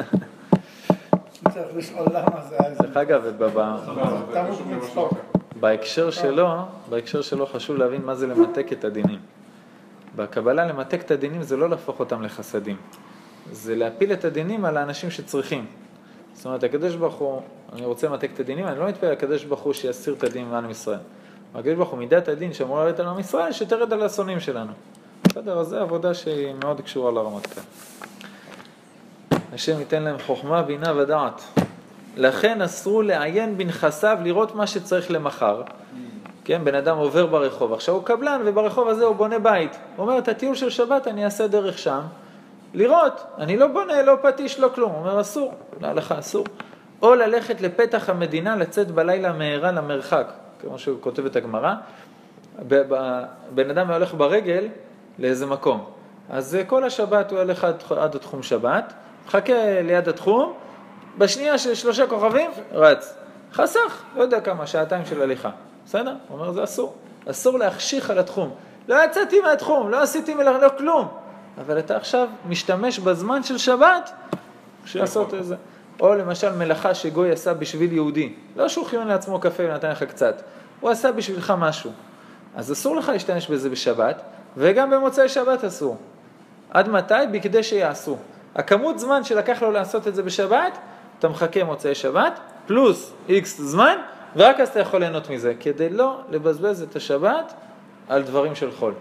צריך לשאול למה זה היה זה. דרך אגב, תמות מצחוק. בהקשר שלו, בהקשר שלו חשוב להבין מה זה למתק את הדינים. בקבלה למתק את הדינים זה לא להפוך אותם לחסדים. זה להפיל את הדינים על האנשים שצריכים. זאת אומרת, הקדוש ברוך הוא, אני רוצה למתק את הדינים, אני לא מתפעל הקדוש ברוך הוא שיסיר את הדין מעם ישראל. הקדוש ברוך הוא מידת הדין שאמור לרדת על עם ישראל, שתרד על השונאים שלנו. בסדר, אז זו עבודה שהיא מאוד קשורה לרמטכ"ל. השם ייתן להם חוכמה, בינה ודעת. לכן אסרו לעיין בנכסיו לראות מה שצריך למחר. כן, בן אדם עובר ברחוב, עכשיו הוא קבלן וברחוב הזה הוא בונה בית. הוא אומר, את הטיול של שבת אני אעשה דרך שם, לראות, אני לא בונה, לא פטיש, לא כלום. הוא אומר, אסור, להלכה אסור. או ללכת לפתח המדינה, לצאת בלילה מהרה למרחק, כמו שהוא כותב את הגמרא. בן אדם הולך ברגל לאיזה מקום. אז כל השבת הוא הולך עד, עד התחום שבת, מחכה ליד התחום, בשנייה של שלושה כוכבים, רץ. חסך, לא יודע כמה, שעתיים של הליכה. בסדר? הוא אומר, זה אסור. אסור להחשיך על התחום. לא יצאתי מהתחום, לא עשיתי מלאכה, לא כלום. אבל אתה עכשיו משתמש בזמן של שבת, שיעשות את זה. או למשל מלאכה שגוי עשה בשביל יהודי. לא שהוא חיון לעצמו קפה ונתן לך קצת. הוא עשה בשבילך משהו. אז אסור לך להשתמש בזה בשבת, וגם במוצאי שבת אסור. עד מתי? בכדי שיעשו. הכמות זמן שלקח לו לעשות את זה בשבת, אתה מחכה מוצאי שבת, פלוס איקס זמן, ורק אז אתה יכול ליהנות מזה, כדי לא לבזבז את השבת על דברים של חול.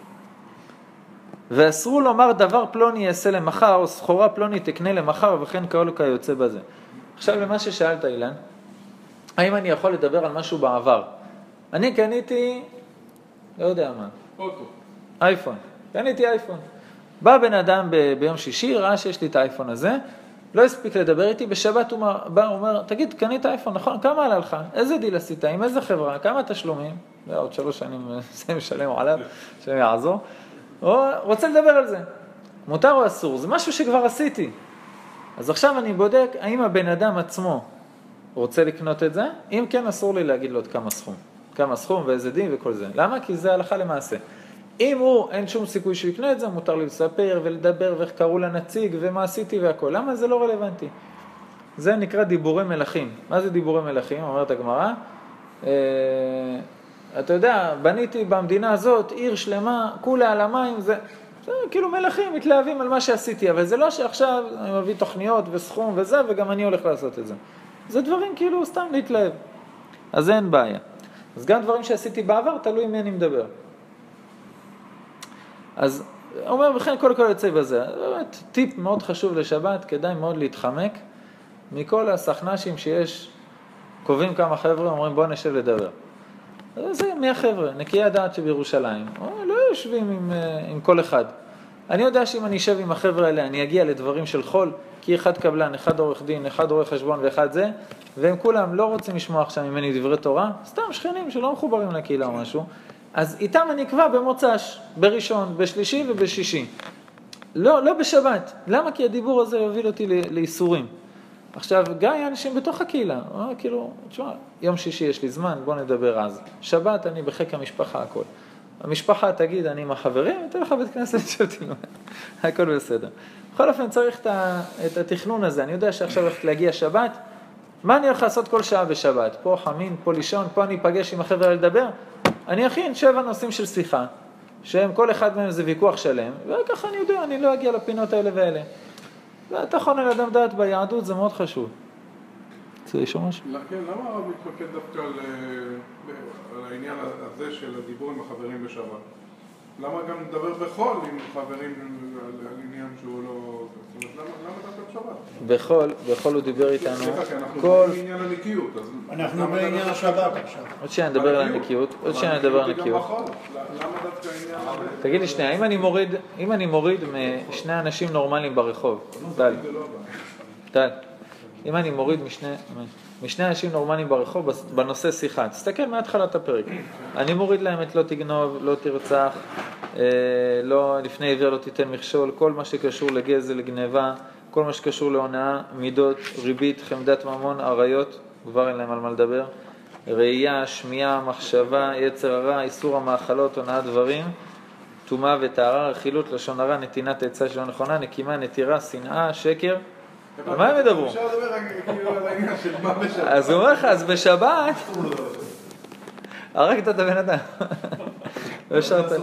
ואסרו לומר דבר פלוני יעשה למחר, או סחורה פלוני תקנה למחר, וכן כל כיוצא בזה. עכשיו למה ששאלת אילן, האם אני יכול לדבר על משהו בעבר? אני קניתי, לא יודע מה, אוטו. אייפון, קניתי אייפון. בא בן אדם ב- ביום שישי, ראה שיש לי את האייפון הזה, לא הספיק לדבר איתי, בשבת הוא בא, הוא אומר, תגיד, קנית אייפון, נכון? כמה עלה לך? איזה דיל עשית? עם איזה חברה? כמה תשלומים? לא, עוד שלוש שנים זה משלם עליו, שאני אעזור. הוא רוצה לדבר על זה. מותר או אסור? זה משהו שכבר עשיתי. אז עכשיו אני בודק, האם הבן אדם עצמו רוצה לקנות את זה? אם כן, אסור לי להגיד לו עוד כמה סכום. כמה סכום ואיזה דין וכל זה. למה? כי זה הלכה למעשה. אם הוא, אין שום סיכוי שהוא יקנה את זה, מותר לי לספר ולדבר ואיך קראו לנציג ומה עשיתי והכל. למה? זה לא רלוונטי. זה נקרא דיבורי מלכים. מה זה דיבורי מלכים? אומרת הגמרא. אה, אתה יודע, בניתי במדינה הזאת עיר שלמה, כולה על המים, זה, זה כאילו מלכים מתלהבים על מה שעשיתי, אבל זה לא שעכשיו אני מביא תוכניות וסכום וזה, וגם אני הולך לעשות את זה. זה דברים כאילו סתם להתלהב. אז אין בעיה. אז גם דברים שעשיתי בעבר, תלוי מי אני מדבר. אז אומר, וכן כל כל יוצא בזה. באמת, טיפ מאוד חשוב לשבת, כדאי מאוד להתחמק מכל הסכנשים שיש, קובעים כמה חבר'ה, אומרים בוא נשב לדבר. זה מי החבר'ה, נקיי הדעת שבירושלים. לא יושבים עם, עם כל אחד. אני יודע שאם אני אשב עם החבר'ה האלה, אני אגיע לדברים של חול, כי אחד קבלן, אחד עורך דין, אחד עורך חשבון ואחד זה, והם כולם לא רוצים לשמוע עכשיו ממני דברי תורה, סתם שכנים שלא מחוברים לקהילה או משהו, אז איתם אני אקבע במוצ"ש, בראשון, בשלישי ובשישי. לא, לא בשבת. למה? כי הדיבור הזה יוביל אותי לאיסורים. עכשיו, גם אנשים בתוך הקהילה, אה, כאילו, תשמע, יום שישי יש לי זמן, בוא נדבר אז. שבת אני בחיק המשפחה, הכל. המשפחה תגיד, אני עם החברים, אתן לך בית כנסת שבתי לו. הכל בסדר. בכל אופן צריך את התכנון הזה. אני יודע שעכשיו הולכת להגיע שבת, מה אני הולך לעשות כל שעה בשבת? פה חמין, פה לישון, פה אני אפגש עם החבר'ה לדבר. אני אכין שבע נושאים של שיחה, שהם כל אחד מהם זה ויכוח שלם, וככה אני יודע, אני לא אגיע לפינות האלה ואלה. והתכון על אדם דעת ביהדות זה מאוד חשוב. רוצה לשאול משהו? כן, למה הרב מתמקד דווקא על, על העניין הזה של הדיבור עם החברים בשבת? למה גם לדבר בחול עם חברים על, על עניין שהוא לא... זאת אומרת, למה, למה דווקא בשבת? בחול, בחול הוא דיבר איתנו. סליחה, כי אנחנו כל... בעניין הנקיות. אז אנחנו בעניין השבת עכשיו. עוד שנייה נדבר על הנקיות. עוד שנייה נדבר על הנקיות. למה דווקא העניין הזה? תגיד לי שנייה, אם אני מוריד, אם אני מוריד משני אנשים נורמליים ברחוב, טל, טל, אם אני מוריד משני, משני אנשים נורמליים ברחוב בנושא שיחה, תסתכל מהתחלת הפרק. אני מוריד להם את לא תגנוב, לא תרצח, לא, לפני עיוור לא תיתן מכשול, כל מה שקשור לגזל, לגניבה, כל מה שקשור להונאה, מידות, ריבית, חמדת ממון, עריות, כבר אין להם על מה לדבר, ראייה, שמיעה, מחשבה, יצר הרע, איסור המאכלות, הונאת דברים, טומאה וטהרה, רכילות, לשון הרע, נתינת עצה שלא נכונה, נקימה, נטירה, שנאה, שקר. על מה הם ידברו? אפשר לדבר רק כאילו על העניין של מה בשבת. אז הוא אומר לך, אז בשבת, הרגת את הבן אדם. לא שרת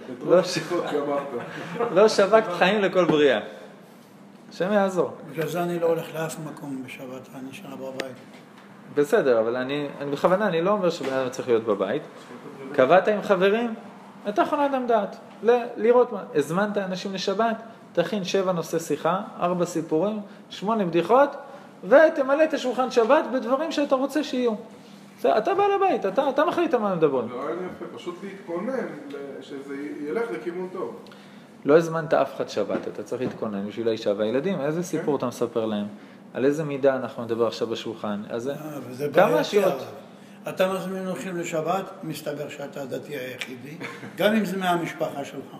לא שווקת חיים לכל בריאה. השם יעזור. בגלל זה אני לא הולך לאף מקום בשבת, אני נשאר בבית. בסדר, אבל אני, אני בכוונה, אני לא אומר שבן אדם צריך להיות בבית. קבעת עם חברים, אתה יכול אדם דעת. ל- לראות מה, הזמנת אנשים לשבת, תכין שבע נושא שיחה, ארבע סיפורים, שמונה בדיחות, ותמלא את השולחן שבת בדברים שאתה רוצה שיהיו. זה, אתה בעל הבית, אתה, אתה מחליט על מה מדברים. זה רעיון יפה, פשוט להתכונן שזה ילך לכיוון טוב. לא הזמנת אף אחד שבת, אתה צריך להתכונן בשביל האישה והילדים. איזה סיפור אתה מספר להם? על איזה מידה אנחנו נדבר עכשיו בשולחן? אז כמה שעות? אתה מזמין הולכים לשבת, מסתבר שאתה הדתי היחידי, גם אם זה מהמשפחה שלך.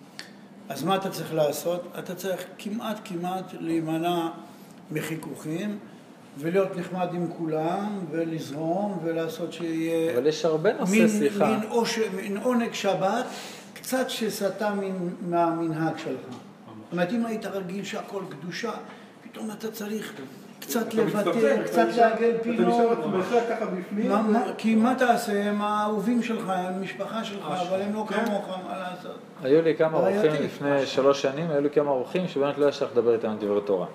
אז מה אתה צריך לעשות? אתה צריך כמעט כמעט להימנע מחיכוכים, ולהיות נחמד עם כולם, ולזרום, ולעשות שיהיה... אבל יש הרבה נושא שיחה. מין, אוש, מין עונג שבת, קצת שסתה מהמנהג שלך. זאת אומרת, אם היית רגיל שהכל קדושה, פתאום אתה צריך קצת לוותר, קצת לעגל פינות. אתה נשאר עצמך ככה בפנים. כי מה תעשה? הם האהובים שלך, הם משפחה שלך, אבל הם לא כמוך, מה לעשות? היו לי כמה אורחים לפני שלוש שנים, היו לי כמה אורחים שבאמת לא ישך לדבר איתם על דברי תורה.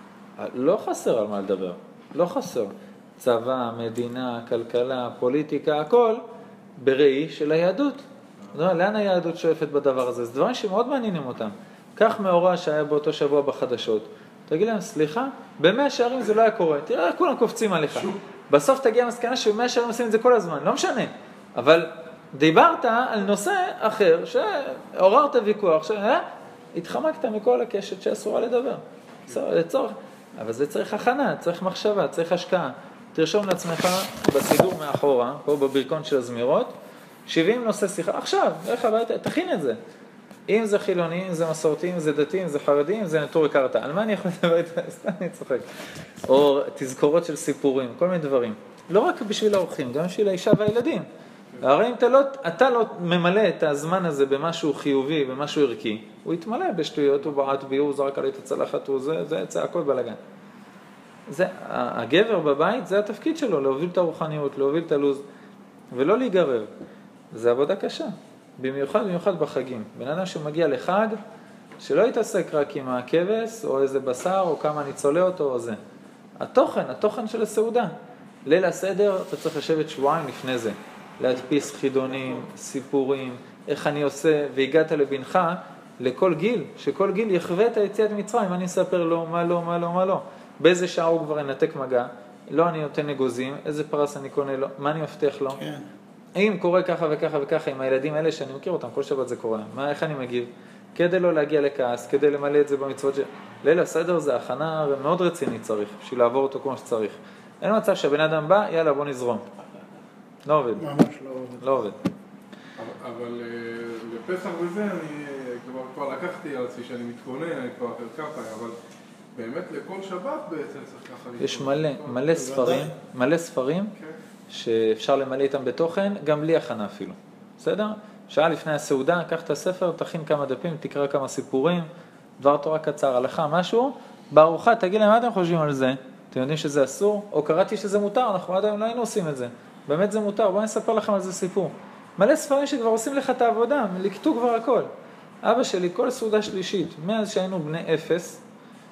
לא חסר על מה לדבר, לא חסר. צבא, מדינה, כלכלה, פוליטיקה, הכל בראי של היהדות. לאן היהדות שואפת בדבר הזה? זה דברים שמאוד מעניינים אותם. כך מאורע שהיה באותו שבוע בחדשות. תגיד להם, סליחה, במאה שערים זה לא היה קורה. תראה, כולם קופצים עליך. בסוף תגיע מסקנה שבמאה שערים עושים את זה כל הזמן, לא משנה. אבל דיברת על נושא אחר, שעוררת ויכוח, שהתחמקת מכל הקשת שאסורה לדבר. לצורך. אבל זה צריך הכנה, צריך מחשבה, צריך השקעה. תרשום לעצמך בסידור מאחורה, פה בברכון של הזמירות, שבעים נושא שיחה. עכשיו, איך הביתה, תכין את זה. אם זה חילוני, אם זה מסורתי, אם זה דתי, אם זה חרדי, אם זה נטור הכרת. על מה אני יכול לדבר איתה? סתם אני צוחק. או תזכורות של סיפורים, כל מיני דברים. לא רק בשביל האורחים, גם בשביל האישה והילדים. הרי אם אתה לא, אתה לא ממלא את הזמן הזה במשהו חיובי, במשהו ערכי, הוא יתמלא בשטויות, הוא בעט בי, הוא זרק עלי את הצלחת, הוא זה, זה צעקות בלגן. זה, הגבר בבית, זה התפקיד שלו, להוביל את הרוחניות, להוביל את הלוז, ולא להיגרב. זה עבודה קשה, במיוחד, במיוחד בחגים. בן אדם שמגיע לחג, שלא יתעסק רק עם הכבש, או איזה בשר, או כמה אני צולה אותו, או זה. התוכן, התוכן של הסעודה. ליל הסדר, אתה צריך לשבת שבועיים לפני זה. להדפיס חידונים, סיפורים, איך אני עושה, והגעת לבנך, לכל גיל, שכל גיל יחווה את היציאת מצרים, אני אספר לו מה לא, מה לא, מה לא. באיזה שעה הוא כבר ינתק מגע, לא אני נותן נגוזים, איזה פרס אני קונה לו, מה אני מבטיח לו. כן. אם קורה ככה וככה וככה עם הילדים האלה שאני מכיר אותם, כל שבת זה קורה, מה, איך אני מגיב? כדי לא להגיע לכעס, כדי למלא את זה במצוות של... ליל הסדר זה הכנה מאוד רצינית צריך, בשביל לעבור אותו כמו שצריך. אין מצב שהבן אדם בא, יאללה בוא נזרום. לא עובד. ממש לא עובד. לא עובד. אבל לפסח וזה אני כבר לקחתי על עצמי שאני מתכונן, אני כבר ככה, אבל באמת לכל שבת בעצם צריך ככה להתכונן. יש מלא, מלא ספרים, מלא ספרים שאפשר למלא איתם בתוכן, גם בלי הכנה אפילו. בסדר? שעה לפני הסעודה, קח את הספר, תכין כמה דפים, תקרא כמה סיפורים, דבר תורה קצר, הלכה, משהו, בארוחה, תגיד להם, מה אתם חושבים על זה? אתם יודעים שזה אסור? או קראתי שזה מותר, אנחנו עד היום לא היינו עושים את זה. באמת זה מותר, בואו נספר לכם על זה סיפור. מלא ספרים שכבר עושים לך את העבודה, לקטו כבר הכל. אבא שלי, כל סעודה שלישית, מאז שהיינו בני אפס,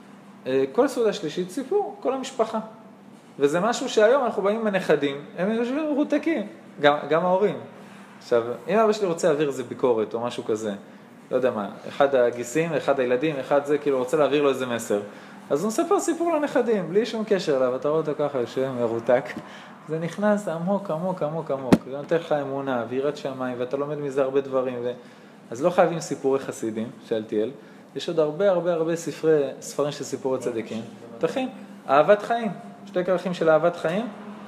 כל סעודה שלישית סיפור, כל המשפחה. וזה משהו שהיום אנחנו באים עם הנכדים, הם יושבים מרותקים, גם, גם ההורים. עכשיו, אם אבא שלי רוצה להעביר איזה ביקורת או משהו כזה, לא יודע מה, אחד הגיסים, אחד הילדים, אחד זה, כאילו רוצה להעביר לו איזה מסר, אז הוא מספר סיפור לנכדים, בלי שום קשר אליו, אתה רואה אותו ככה, יושב מרותק, זה נכנס עמוק, עמוק, עמוק, עמוק, זה נותן לך אמונה, ויראת שמיים, ואתה לומד מזה הרבה דברים, ו... אז לא חייבים סיפורי חסידים, שאלתיאל, יש עוד הרבה הרבה הרבה ספרי, ספרים של סיפורי צדיקים, תכין, אהבת חיים, שתי כרכים של אהבת חיים,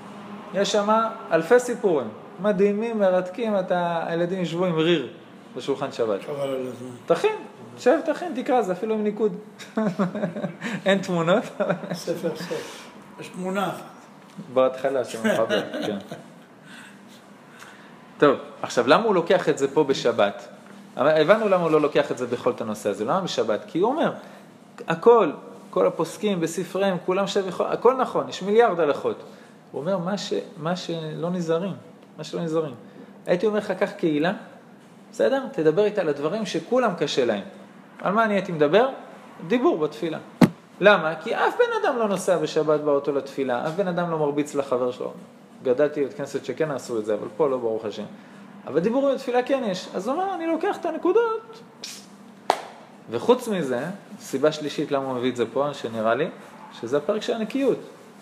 יש שם אלפי סיפורים, מדהימים, מרתקים, אתה, הילדים ישבו עם ריר בשולחן שבת. חבל על הזמן. תכין, שב, תכין, תקרא, זה אפילו עם ניקוד. אין תמונות. ספר ספר. יש תמונה. בהתחלה שמחבר, כן. טוב, עכשיו, למה הוא לוקח את זה פה בשבת? הבנו למה הוא לא לוקח את זה בכל את הנושא הזה, למה בשבת? כי הוא אומר, הכל, כל הפוסקים בספריהם, כולם שווה, הכל נכון, יש מיליארד הלכות. הוא אומר, מה, ש, מה שלא נזהרים, מה שלא נזהרים. הייתי אומר לך, כך קהילה, בסדר? תדבר איתה על הדברים שכולם קשה להם. על מה אני הייתי מדבר? דיבור בתפילה. למה? כי אף בן אדם לא נוסע בשבת באוטו לתפילה, אף בן אדם לא מרביץ לחבר שלו. גדלתי את כנסת שכן עשו את זה, אבל פה לא ברוך השם. אבל דיבורים בתפילה כן יש. אז הוא אומר, אני לוקח את הנקודות. וחוץ מזה, סיבה שלישית למה הוא מביא את זה פה, שנראה לי, שזה הפרק של הנקיות.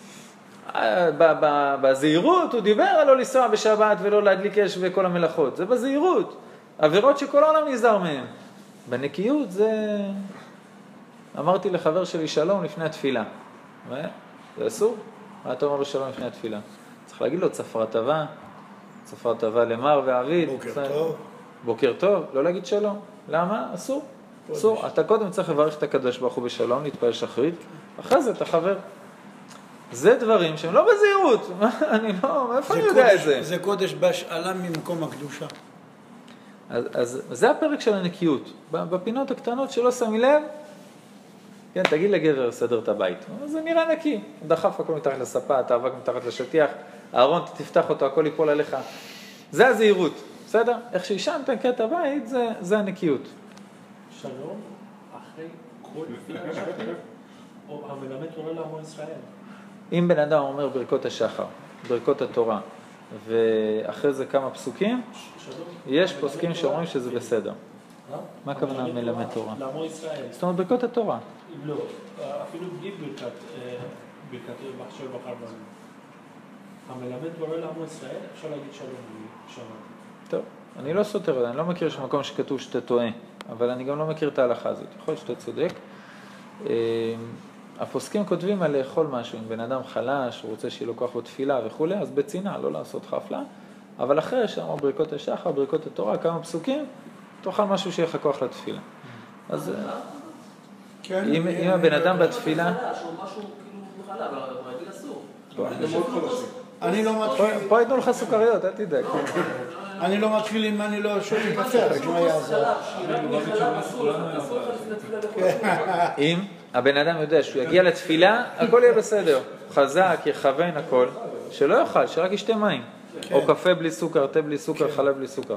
בזהירות הוא דיבר על לא לנסוע בשבת ולא להדליק אש וכל המלאכות, זה בזהירות, עבירות שכל העולם נזהר מהן. בנקיות זה, אמרתי לחבר שלי שלום לפני התפילה, זה אסור? מה אתה אומר לו שלום לפני התפילה? צריך להגיד לו צפרה טובה, צפרה טובה למר ועביד. בוקר טוב. בוקר טוב, לא להגיד שלום. למה? אסור. אסור. אתה קודם צריך לברך את הקדוש ברוך הוא בשלום, להתפלל שחרית, אחרי זה אתה חבר. זה דברים שהם לא בזהירות. אני לא, מאיפה אני יודע את זה? זה קודש בהשאלה ממקום הקדושה. אז, אז זה הפרק של הנקיות. בפינות הקטנות שלא שמים לב, כן, תגיד לגבר לסדר את הבית. זה נראה נקי. דחף הכל מתחת לספה, תאבק מתחת לשטיח, הארון תפתח אותו, הכל ייפול עליך. זה הזהירות. בסדר? איך שאישה נתנקה את הבית, זה, זה הנקיות. שלום, אחרי כל תפילה שחרית, או המלמד תורה לעמו ישראל. אם בן אדם אומר ברכות השחר, ברכות התורה, ואחרי זה כמה פסוקים, יש פוסקים שאומרים שזה בסדר. מה הכוונה מלמד תורה? לעמו ישראל. זאת אומרת ברכות התורה. לא, אפילו בלי ברכת, ברכת מחשב בחר בנו. המלמד תורה לעמו ישראל, אפשר להגיד שלום שמעתי. טוב, אני לא סותר, אני לא מכיר שמקום שכתוב שאתה טועה, אבל אני גם לא מכיר את ההלכה הזאת. יכול להיות שאתה צודק. הפוסקים כותבים על לאכול משהו, אם בן אדם חלש, הוא רוצה שיהיה לו כוח בתפילה וכו', אז בצינה, לא לעשות חפלה, אבל אחרי שאמר ברכות השחר, ברכות התורה, כמה פסוקים, תאכל משהו שיהיה לך כוח לתפילה. אז אם הבן אדם בתפילה... אני לא מתחיל... פה יתנו לך סוכריות, אל תדאג. אני לא מתחיל אם אני לא שותה קפה, רק מה יעזור. אם הבן אדם יודע שהוא יגיע לתפילה, הכל יהיה בסדר. חזק, יכוון, הכל. שלא יאכל, שרק ישתה מים. או קפה בלי סוכר, תה בלי סוכר, חלב בלי סוכר.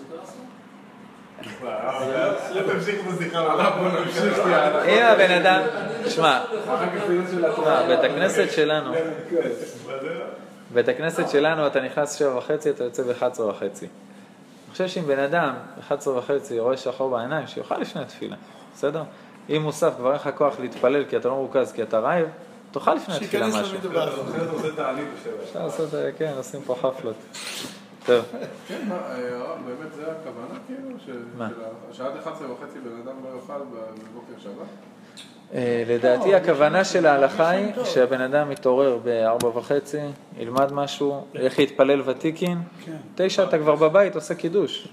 אם הבן אדם, תשמע, בית הכנסת שלנו, בית הכנסת שלנו אתה נכנס שבע וחצי, אתה יוצא ב-אחת עשרה וחצי. אני חושב שאם בן אדם ב-אחת עשרה וחצי רואה שחור בעיניים, שיוכל לפני התפילה, בסדר? אם מוסף כבר אין לך כוח להתפלל כי אתה לא מרוכז, כי אתה רעב, תוכל לפני התפילה משהו. שייכנס למדבר. אפשר לעשות, כן, עושים פה חפלות. טוב. כן, באמת זה הכוונה כאילו? מה? שעד אחת עשרה וחצי בן אדם לא יאכל בבוקר שבת? לדעתי הכוונה של ההלכה היא שהבן אדם מתעורר בארבע וחצי, ילמד משהו, איך להתפלל ותיקין, תשע אתה כבר בבית עושה קידוש.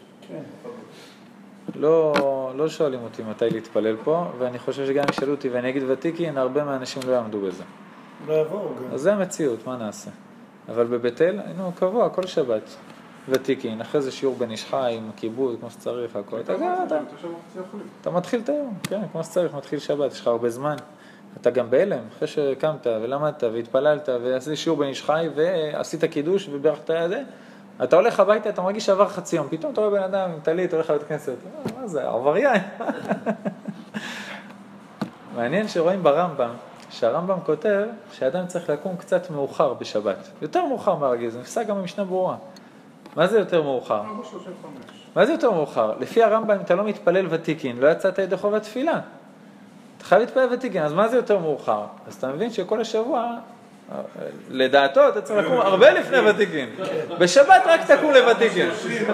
לא, לא שואלים אותי מתי להתפלל פה, ואני חושב שגם ישאלו אותי ואני אגיד ותיקין, הרבה מהאנשים לא יעמדו בזה. לא יבואו גם. אז זה המציאות, מה נעשה? אבל בבית אל היינו קבוע כל שבת. ותיקין, אחרי זה שיעור בן חי עם הכיבוד, כמו שצריך, הכל. אתה, אתה, אתה מתחיל את היום, כן, כמו שצריך, מתחיל שבת, יש לך הרבה זמן. אתה גם בהלם, אחרי שקמת ולמדת והתפללת ועשית שיעור בן חי ועשית קידוש וברכת את זה, אתה הולך הביתה, אתה מרגיש שעבר חצי יום, פתאום אתה רואה בן אדם עם טלית, הולך לבית כנסת, מה זה, עבריין. מעניין שרואים ברמב"ם, שהרמב"ם כותב שאדם צריך לקום קצת מאוחר בשבת, יותר מאוחר מהרגיל, זה נפסק גם במשנה ברורה. מה זה יותר מאוחר? מה זה יותר מאוחר? לפי הרמב"ם, אם אתה לא מתפלל ותיקין, לא יצאת ידי חובת תפילה. אתה חייב להתפלל ותיקין, אז מה זה יותר מאוחר? אז אתה מבין שכל השבוע, לדעתו, אתה צריך לקום הרבה לפני ותיקין. בשבת רק תקום לוותיקין.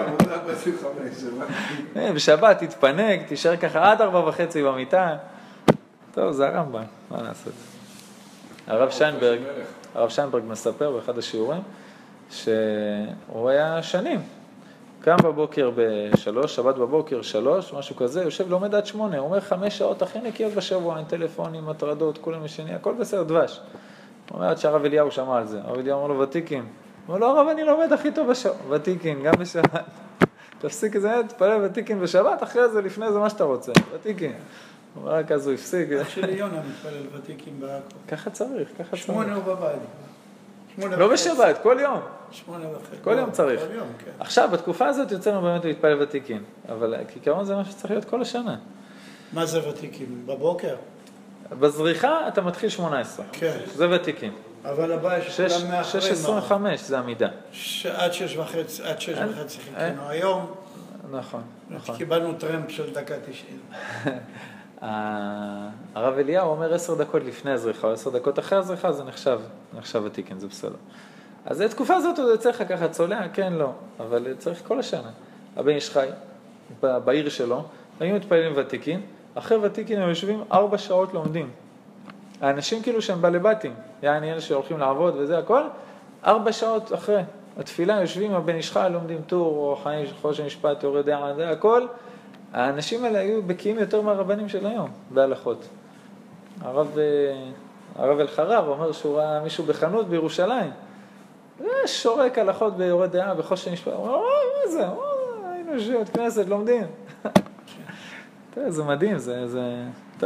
בשבת תתפנק, תישאר ככה עד ארבע וחצי במיטה. טוב, זה הרמב"ם, מה לעשות? הרב שיינברג, הרב שיינברג מספר באחד השיעורים, שהוא היה שנים, קם בבוקר בשלוש, שבת בבוקר שלוש, משהו כזה, יושב לומד עד שמונה, הוא אומר חמש שעות הכי נקיות בשבוע, אין טלפונים, מטרדות, כולם משני, הכל בסדר, דבש. הוא אומר עד שהרב אליהו שמע על זה, הרב אליהו אומר לו ותיקין, הוא אומר לו הרב אני לומד הכי טוב בשבוע, ותיקין, גם בשבת, תפסיק את זה, תפלל ותיקין בשבת, אחרי זה, לפני זה מה שאתה רוצה, ותיקין. הוא אומר רק אז הוא הפסיק. אח שלי יונה מתפלל ותיקין בעכו. ככה צריך, ככה צריך. שמונה הוא בבית. לא בשבת, כל יום. שמונה וחצי. כל יום צריך. כל יום, כן. עכשיו, בתקופה הזאת יוצאנו באמת להתפלל ותיקין, אבל כעיקרון זה מה שצריך להיות כל השנה. מה זה ותיקין? בבוקר? בזריחה אתה מתחיל שמונה עשרה. כן. זה ותיקין. אבל הבעיה שכולם מאחרים. שש עשרים וחמש זה עמידה. עד שש וחצי, עד שש וחצי חיכינו. היום נכון, נכון. קיבלנו טרמפ של דקה תשעים. הרב אליהו אומר עשר דקות לפני הזריחה, או עשר דקות אחרי הזריחה, זה נחשב, נחשב התיקן, זה בסדר. אז התקופה הזאת עוד יוצא לך ככה צולע, כן, לא, אבל צריך כל השנה. הבן איש חי, בעיר שלו, היו מתפללים ותיקין, אחרי ותיקין הם יושבים ארבע שעות לומדים. האנשים כאילו שהם בלבטים, יעני אלה שהולכים לעבוד וזה הכל, ארבע שעות אחרי התפילה יושבים הבן איש חי, לומדים טור, או חיים חושן משפט, יורד דעה, זה הכל. האנשים האלה היו בקיאים יותר מהרבנים של היום, בהלכות. הרב, הרב אלחרר אומר שהוא ראה מישהו בחנות בירושלים, שורק הלכות ביורד דעה, בחושן משפט, הוא אומר, מה זה? היינו יושבים את כנסת, לומדים. טוב, זה מדהים, זה, זה, טוב.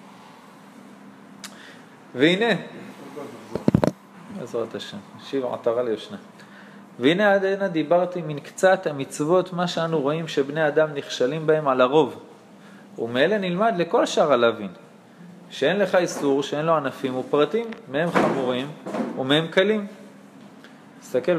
והנה, בעזרת השם, שיב עטרה ליושנה. והנה עד הנה דיברתי מן קצת המצוות, מה שאנו רואים שבני אדם נכשלים בהם על הרוב. ומאלה נלמד לכל שאר הלווין, שאין לך איסור, שאין לו ענפים ופרטים, מהם חמורים ומהם קלים. תסתכל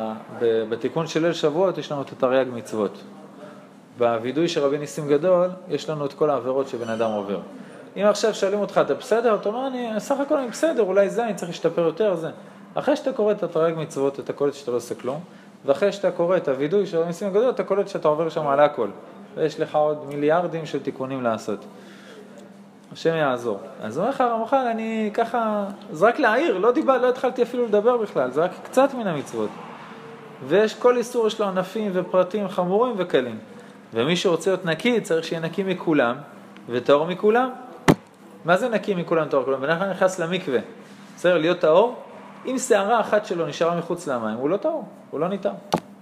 בתיקון של ליל שבועות, יש לנו את התרי"ג מצוות. בווידוי של רבי ניסים גדול, יש לנו את כל העבירות שבן אדם עובר. אם עכשיו שואלים אותך, אתה בסדר? אתה אומר, אני, סך הכל אני בסדר, אולי זה, אני צריך להשתפר יותר, זה. אחרי שאתה קורא את התרי"ג מצוות, אתה קולט שאתה לא עושה כלום, ואחרי שאתה קורא את הווידוי של רבי ניסים גדול, אתה קולט שאתה עובר שם על הכל. ויש לך עוד מיליארדים של תיקונים לעשות. השם יעזור. אז אומר לך הרמח"ל, אני ככה, זה רק להעיר, לא דיבר, לא התחלתי אפילו לדבר בכלל, זה רק קצת מן המצוות. ויש כל איסור, יש לו ענפים ופרטים חמורים וקלים. ומי שרוצה להיות נקי, צריך שיהיה נקי מכולם, וטהור מכולם. מה זה נקי מכולם, טהור מכולם? בנחל נכנס למקווה. צריך להיות טהור, אם שערה אחת שלו נשארה מחוץ למים, הוא לא טהור, הוא לא ניתן.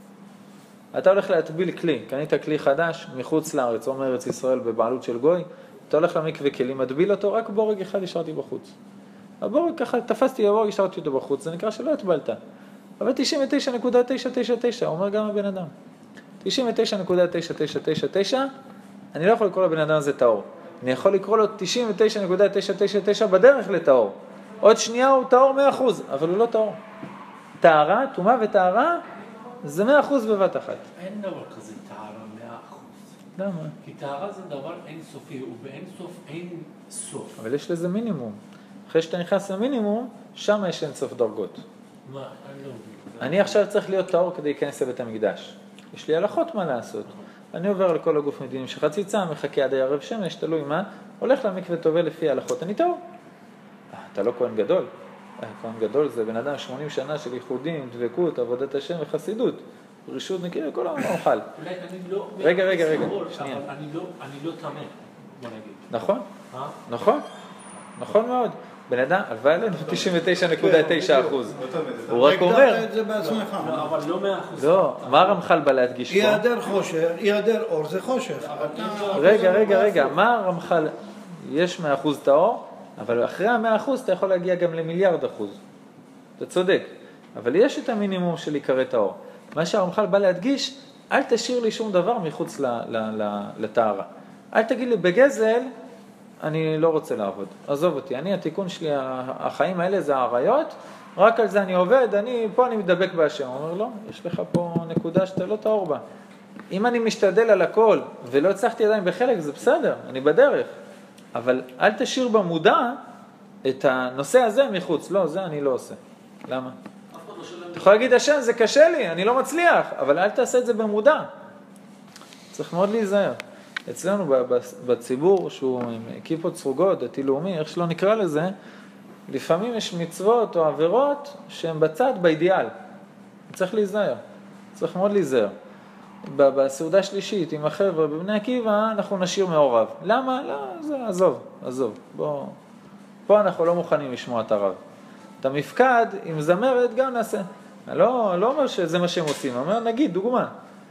אתה הולך להטביל כלי, קנית כלי חדש מחוץ לארץ, או מארץ ישראל בבעלות של גוי, אתה הולך למקווה כלי, מטביל אותו, רק בורג אחד השארתי בחוץ. הבורג ככה, תפסתי בבורג, השארתי אותו בחוץ, זה נקרא שלא הטבלת. אבל תשעים ותשע נקודה תשע תשע תשע, אומר גם הבן אדם. תשעים ותשע נקודה תשע תשע תשע תשע, אני לא יכול לקרוא לבן אדם הזה טהור. אני יכול לקרוא לו תשעים ותשע נקודה תשע תשע תשע בדרך לטהור. עוד שנייה הוא טהור מאה אחוז, אבל הוא לא טהור. טהרה, טומאה וטהרה, זה מאה אחוז בבת אחת. אין דבר כזה טהרה מאה אחוז. למה? כי טהרה זה דבר אינסופי, ובאין סוף אין סוף. אבל יש לזה מינימום. אחרי שאתה נכנס למינימום, שם יש אין סוף דרגות. מה? אני לא מבין. אני עכשיו צריך להיות טהור כדי להיכנס לבית המקדש. יש לי הלכות מה לעשות. אני עובר לכל הגוף מדינים שחציצה, מחכה עד הערב שמש, תלוי מה, הולך למקווה טובל לפי ההלכות, אני טהור. אתה לא כהן גדול. כהן גדול זה בן אדם שמונים שנה של ייחודים, דבקות, עבודת השם וחסידות. רישות נקרא, כל העולם אוכל. אולי אני לא... רגע, רגע, רגע, שנייה. אבל אני לא, אני לא תמה, בוא נגיד. נכון, אה? נכון, נכון מאוד. בן אדם, הלוואי עלינו תשעים ותשע נקודה תשע אחוז. הוא רק אומר... הגדרת את זה בעצמך. לא, אבל לא מאה אחוז. לא, מה הרמח"ל בא להדגיש פה? היעדר חושך, היעדר אור זה חושך. רגע, רגע, רגע, מה הרמח"ל? יש מאה אחוז טהור, אבל אחרי המאה אחוז אתה יכול להגיע גם למיליארד אחוז. אתה צודק. אבל יש את המינימום של עיקרי טהור. מה שהרמח"ל בא להדגיש, אל תשאיר לי שום דבר מחוץ לטהרה. אל תגיד לי, בגזל אני לא רוצה לעבוד. עזוב אותי, אני, התיקון שלי, החיים האלה זה העריות, רק על זה אני עובד, אני, פה אני מדבק בהשם. הוא אומר, לא, יש לך פה נקודה שאתה לא טהור בה. אם אני משתדל על הכל, ולא הצלחתי עדיין בחלק, זה בסדר, אני בדרך. אבל אל תשאיר במודע את הנושא הזה מחוץ. לא, זה אני לא עושה. למה? אתה יכול להגיד, השם, זה קשה לי, אני לא מצליח, אבל אל תעשה את זה במודע. צריך מאוד להיזהר. אצלנו בציבור, שהוא עם כיפות סרוגות, דתי לאומי, איך שלא נקרא לזה, לפעמים יש מצוות או עבירות שהן בצד באידיאל. צריך להיזהר. צריך מאוד להיזהר. בסעודה שלישית, עם החבר'ה, בבני עקיבא, אנחנו נשאיר מעורב. למה? לא, זה, עזוב, עזוב. בוא, פה אנחנו לא מוכנים לשמוע את הרב. את המפקד, עם זמרת, גם נעשה. אני לא, לא אומר שזה מה שהם עושים, אני אומר, נגיד, דוגמה.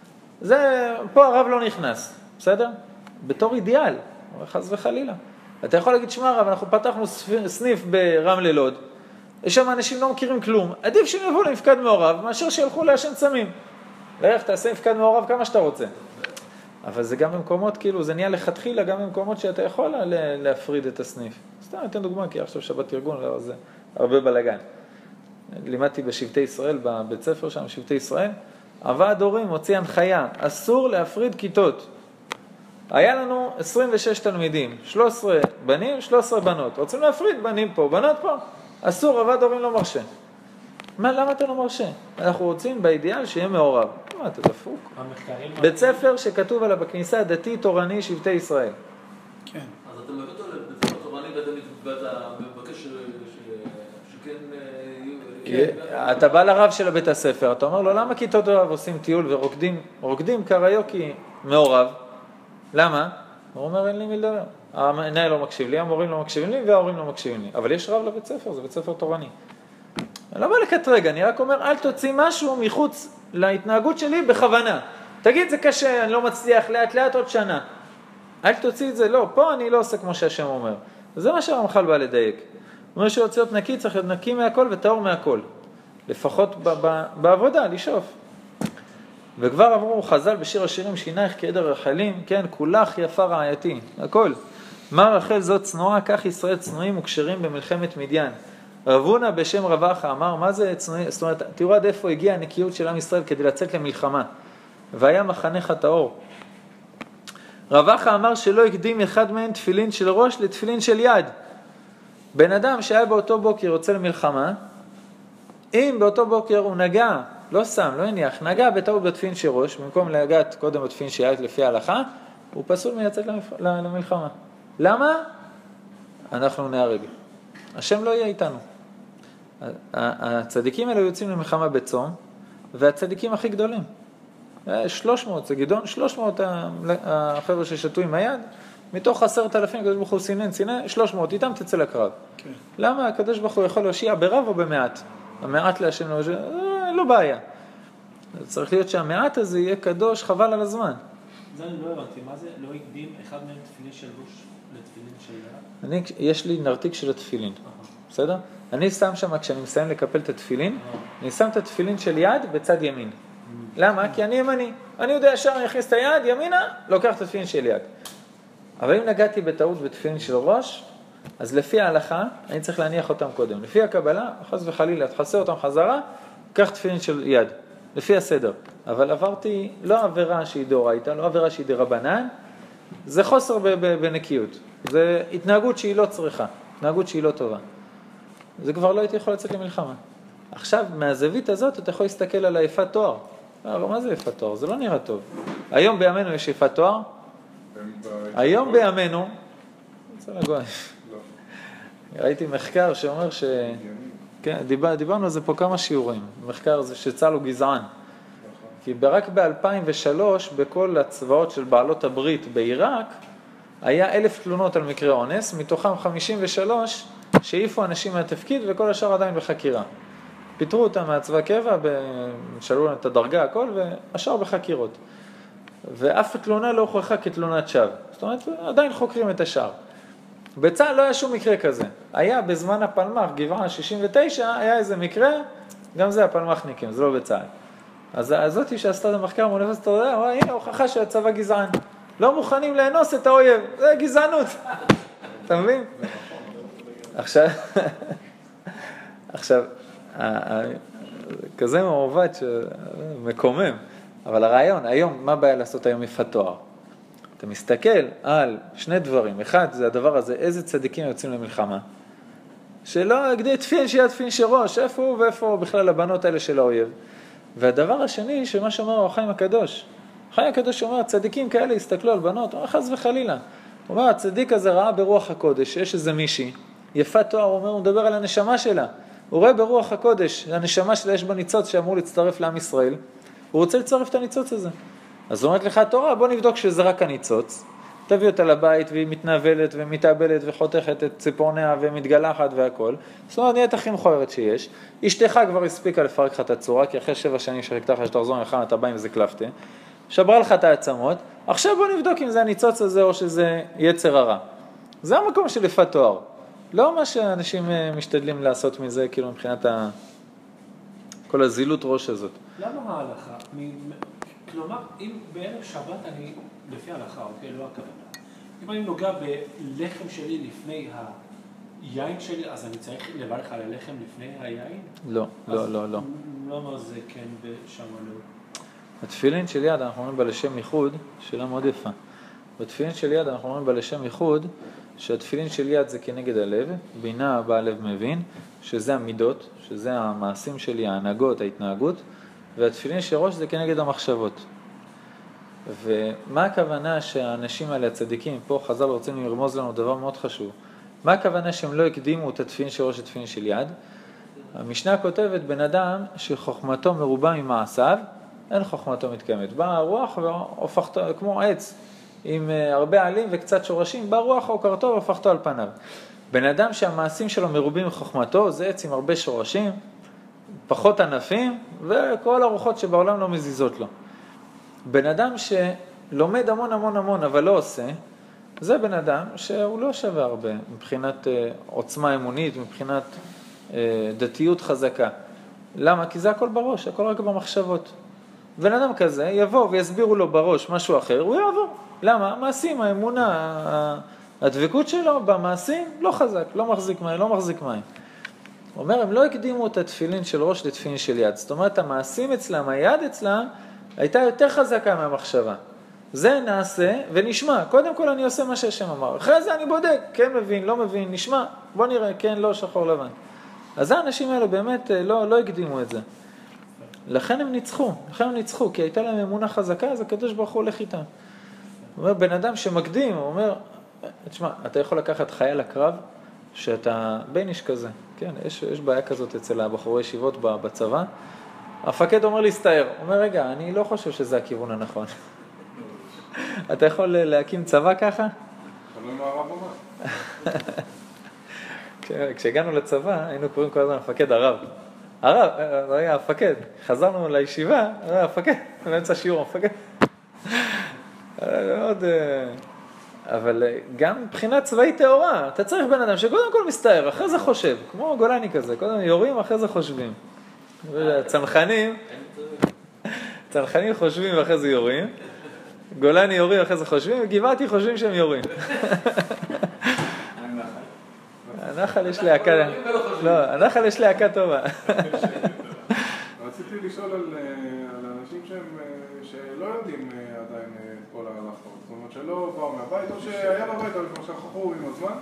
זה, פה הרב לא נכנס, בסדר? בתור אידיאל, חס וחלילה. אתה יכול להגיד, שמע רב, אנחנו פתחנו סניף ברמלה לוד, יש שם אנשים לא מכירים כלום, עדיף שהם יבואו למפקד מעורב, מאשר שילכו לעשן סמים. לך, תעשה מפקד מעורב כמה שאתה רוצה. אבל זה גם במקומות, כאילו, זה נהיה לכתחילה, גם במקומות שאתה יכול להפריד את הסניף. סתם, אתן דוגמה, כי עכשיו שבת ארגון, לא, זה הרבה בלגן. לימדתי בשבטי ישראל, בבית ספר שם, שבטי ישראל, הוועד הורים הוציא הנחיה, אסור להפריד כיתות. היה לנו עשרים ושש תלמידים, שלושה עשר בנים, שלוש עשרה בנות. רוצים להפריד בנים פה, בנות פה. אסור, הוועד הורים לא מרשה. מה, למה אתה לא מרשה? אנחנו רוצים באידיאל שיהיה מעורב. מה, אתה דפוק? בית ספר שכתוב עליו בכניסה הדתי תורני שבטי ישראל. כן. אז אתה מביא אותו לבית ספר תורני ואתה מבקש שכן... אתה בא לרב של הבית הספר, אתה אומר לו, למה כיתות אוהב עושים טיול ורוקדים, רוקדים קריוקי מעורב? למה? הוא אומר, אין לי מי לדבר. המנהל לא מקשיב לי, המורים לא מקשיבים לי וההורים לא מקשיבים לי. אבל יש רב לבית ספר, זה בית ספר תורני. אני לא בא לקטרג, אני רק אומר, אל תוציא משהו מחוץ להתנהגות שלי בכוונה. תגיד, זה קשה, אני לא מצליח, לאט לאט עוד שנה. אל תוציא את זה, לא, פה אני לא עושה כמו שהשם אומר. זה מה שהרמח"ל בא לדייק. הוא אומר שרוצה להיות נקי, צריך להיות נקי מהכל וטהור מהכל. לפחות ב- ב- בעבודה, לשאוף. וכבר אמרו חז"ל בשיר השירים, שינייך כעדר רחלים, כן, כולך יפה רעייתי, הכל. מה רחל זאת צנועה, כך ישראל צנועים וכשרים במלחמת מדיין. רבונה בשם רבחה אמר, מה זה צנועים? זאת אומרת, תראו עד איפה הגיעה הנקיות של עם ישראל כדי לצאת למלחמה. והיה מחנך הטהור. רבחה אמר שלא הקדים אחד מהם תפילין של ראש לתפילין של יד. בן אדם שהיה באותו בוקר רוצה למלחמה, אם באותו בוקר הוא נגע, לא שם, לא הניח, נגע בטעות בתפילין של ראש, במקום להגעת קודם בתפילין של יד לפי ההלכה, הוא פסול מלצאת למלחמה. למה? אנחנו נהרג. השם לא יהיה איתנו. הצדיקים האלה יוצאים למלחמה בצום, והצדיקים הכי גדולים. שלוש מאות, זה גדעון, שלוש מאות החבר'ה ששתו עם היד, מתוך עשרת אלפים, הקדוש ברוך הוא סינן, סינן, שלוש מאות, איתם תצא לקרב. כן. למה? הקדוש ברוך הוא יכול להושיע ברב או במעט? המעט להשם לא, לא בעיה. צריך להיות שהמעט הזה יהיה קדוש, חבל על הזמן. זה אני לא הבנתי, מה זה לא הקדים אחד מהם תפילין של ראש לתפילין של יד? אני, יש לי נרתיק של התפילין, בסדר? אני שם שם, כשאני מסיים לקפל את התפילין, אני שם את התפילין של יד בצד ימין. למה? כי אני ימני. אני יודע ישר, אני אכניס את היד, ימינה, לוקח את התפילין של יד. אבל אם נגעתי בטעות בתפילין של ראש, אז לפי ההלכה, אני צריך להניח אותם קודם. לפי הקבלה, חס וחלילה, תחסה אותם חזרה, קח תפילין של יד. לפי הסדר. אבל עברתי לא עבירה שהיא דאורייתא, לא עבירה שהיא דרבנן, זה חוסר בנקיות. זה התנהגות שהיא לא צריכה, התנהגות שהיא לא טובה. זה כבר לא הייתי יכול לצאת למלחמה. עכשיו, מהזווית הזאת, אתה יכול להסתכל על היפת תואר. אבל מה זה יפת תואר? זה לא נראה טוב. היום בימינו יש יפת תואר. היום בימינו, רוצה לגוע. ראיתי מחקר שאומר ש... כן, דיבר, דיברנו על זה פה כמה שיעורים. מחקר זה שצה"ל הוא גזען. כי רק ב-אלפיים ושלוש, בכל הצבאות של בעלות הברית בעיראק, היה אלף תלונות על מקרה אונס, מתוכם חמישים ושלוש שהעיפו אנשים מהתפקיד וכל השאר עדיין בחקירה. פיתרו אותם מהצבא קבע, שאלו להם את הדרגה, הכל, והשאר בחקירות. ואף תלונה לא הוכחה כתלונת שווא. זאת אומרת, עדיין חוקרים את השאר. בצה"ל לא היה שום מקרה כזה. היה בזמן הפלמ"ח, גבעה שישים ותשע, היה איזה מקרה, גם זה הפלמ"חניקים, זה לא בצה"ל. אז הזאתי שעשתה את המחקר מאוניברסיטת תל אביב, הנה הוכחה שהצבא גזען. לא מוכנים לאנוס את האויב, זה גזענות. אתה מבין? עכשיו, עכשיו, כזה מעובד שמקומם, אבל הרעיון, היום, מה בעיה לעשות היום יפת תואר? אתה מסתכל על שני דברים, אחד זה הדבר הזה, איזה צדיקים יוצאים למלחמה, שלא הגדי תפין שיהיה תפין שראש, איפה הוא ואיפה בכלל הבנות האלה של האויב. והדבר השני, שמה שאומר החיים הקדוש, החיים הקדוש אומר, צדיקים כאלה הסתכלו על בנות, הוא אומר חס וחלילה, הוא אומר, הצדיק הזה ראה ברוח הקודש, יש איזה מישהי, יפת תואר, הוא אומר, הוא מדבר על הנשמה שלה, הוא רואה ברוח הקודש, הנשמה שלה יש בה ניצוץ שאמור להצטרף לעם ישראל, הוא רוצה לצרף את הניצוץ הזה. אז אומרת לך התורה, בוא נבדוק שזה רק הניצוץ, תביא אותה לבית והיא מתנבלת ומתאבלת וחותכת את ציפורניה ומתגלחת והכל, זאת אומרת, נהיית הכי מכוערת שיש, אשתך כבר הספיקה לפרק לך את הצורה, כי אחרי שבע שנים שחיכתה לך שתחזור לך אתה בא עם זה קלפתי, שברה לך את העצמות, עכשיו בוא נבדוק אם זה הניצוץ הזה או שזה יצר הרע. זה המקום של יפת תואר. לא מה שאנשים משתדלים לעשות מזה, כאילו מבחינת ה... כל הזילות ראש הזאת. למה ההלכה? כלומר, אם בערב שבת אני, לפי ההלכה, אוקיי, לא הכוונה. אם אני נוגע בלחם שלי לפני היין שלי, אז אני צריך לברך על הלחם לפני היין? לא, לא, לא, לא. למה זה כן ושמה לא? התפילין של יד, אנחנו אומרים בה לשם ייחוד, שאלה מאוד יפה. בתפילין של יד אנחנו אומרים בלשם ייחוד, שהתפילין של יד זה כנגד הלב, בינה הבא הלב מבין, שזה המידות, שזה המעשים שלי, ההנהגות, ההתנהגות, והתפילין של ראש זה כנגד המחשבות. ומה הכוונה שהאנשים האלה הצדיקים, פה חז"ל רוצים לרמוז לנו דבר מאוד חשוב, מה הכוונה שהם לא הקדימו את התפילין של ראש לתפילין של יד? המשנה כותבת, בן אדם שחוכמתו מרובה ממעשיו, אין חוכמתו מתקיימת. באה הרוח והופכתו, כמו עץ, עם הרבה עלים וקצת שורשים, באה רוח עוקרתו והופכתו על פניו. בן אדם שהמעשים שלו מרובים מחוכמתו, זה עץ עם הרבה שורשים, פחות ענפים, וכל הרוחות שבעולם לא מזיזות לו. בן אדם שלומד המון המון המון, אבל לא עושה, זה בן אדם שהוא לא שווה הרבה, מבחינת עוצמה אמונית, מבחינת דתיות חזקה. למה? כי זה הכל בראש, הכל רק במחשבות. בן אדם כזה יבוא ויסבירו לו בראש משהו אחר, הוא יעבור. למה? המעשים, האמונה, הדבקות שלו במעשים לא חזק, לא מחזיק מים, לא מחזיק מים. הוא אומר, הם לא הקדימו את התפילין של ראש לתפילין של יד. זאת אומרת, המעשים אצלם, היד אצלם, הייתה יותר חזקה מהמחשבה. זה נעשה ונשמע. קודם כל אני עושה מה שהשם אמר. אחרי זה אני בודק, כן מבין, לא מבין, נשמע. בוא נראה, כן, לא, שחור לבן. אז האנשים האלה באמת לא, לא הקדימו את זה. לכן הם ניצחו, לכן הם ניצחו, כי הייתה להם אמונה חזקה, אז הקדוש ברוך הוא הולך איתם. הוא אומר, בן אדם שמקדים, הוא אומר, תשמע, אתה יכול לקחת חייל לקרב, שאתה בניש כזה, כן, יש, יש בעיה כזאת אצל הבחורי ישיבות בצבא, המפקד אומר להסתער, הוא אומר, רגע, אני לא חושב שזה הכיוון הנכון. אתה יכול להקים צבא ככה? חלום הרב אומר. כשהגענו לצבא, היינו קוראים כל הזמן המפקד הרב. הרב, זה היה המפקד. חזרנו לישיבה, זה היה המפקד, באמצע שיעור המפקד. מאוד... אבל גם מבחינת צבאית תאורה, אתה צריך בן אדם שקודם כל מסתער, אחרי זה חושב, כמו גולני כזה, קודם יורים, אחרי זה חושבים. צנחנים, צנחנים חושבים ואחרי זה יורים, גולני יורים ואחרי זה חושבים, וגבעתי חושבים שהם יורים. הנחל יש להקה, לא, הנחל יש להקה טובה. רציתי לשאול על אנשים שלא יודעים עדיין את כל ההלכות, זאת אומרת שלא באו מהבית, או שהיה בבית, אבל כבר שכחו עם הזמן,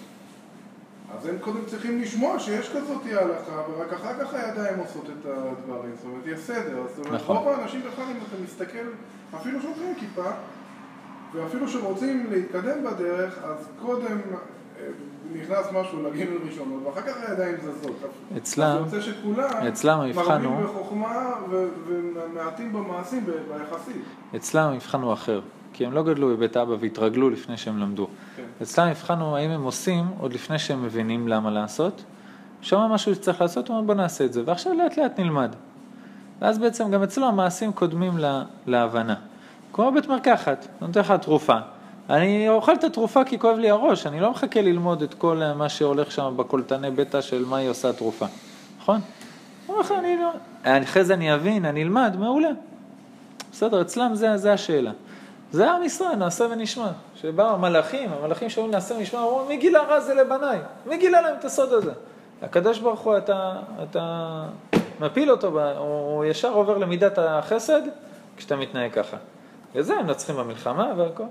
אז הם קודם צריכים לשמוע שיש כזאת ההלכה, ורק אחר כך הידיים עושות את הדברים, זאת אומרת, יש סדר, זאת אומרת, רוב האנשים בכלל, אם אתה מסתכל, אפילו שולחים כיפה, ואפילו שרוצים להתקדם בדרך, אז קודם נכנס משהו לגימל ראשונות, ואחר כך הידיים זזות. אצלם, אני רוצה שכולם מרבים בחוכמה ומעטים במעשים ביחסית. אצלם המבחן הוא אחר, כי הם לא גדלו בבית אבא והתרגלו לפני שהם למדו. כן. אצלם המבחן הוא האם הם עושים עוד לפני שהם מבינים למה לעשות, שומע משהו שצריך לעשות, הוא אומר בוא נעשה את זה, ועכשיו לאט לאט נלמד. ואז בעצם גם אצלו המעשים קודמים לה, להבנה. כמו בית מרקחת, נותן לך תרופה. אני אוכל את התרופה כי כואב לי הראש, אני לא מחכה ללמוד את כל מה שהולך שם בקולטני בטא של מה היא עושה התרופה, נכון? אני לא... אחרי זה אני אבין, אני אלמד, מעולה. בסדר, אצלם זה, זה השאלה. זה עם ישראל, נעשה ונשמע. שבאו המלאכים, המלאכים שאומרים נעשה ונשמע, אומרים, מי גילה רע זה לבניי? מי גילה להם את הסוד הזה? הקדוש ברוך הוא, אתה, אתה מפיל אותו, הוא ישר עובר למידת החסד, כשאתה מתנהג ככה. וזה הם נצחים במלחמה והכל.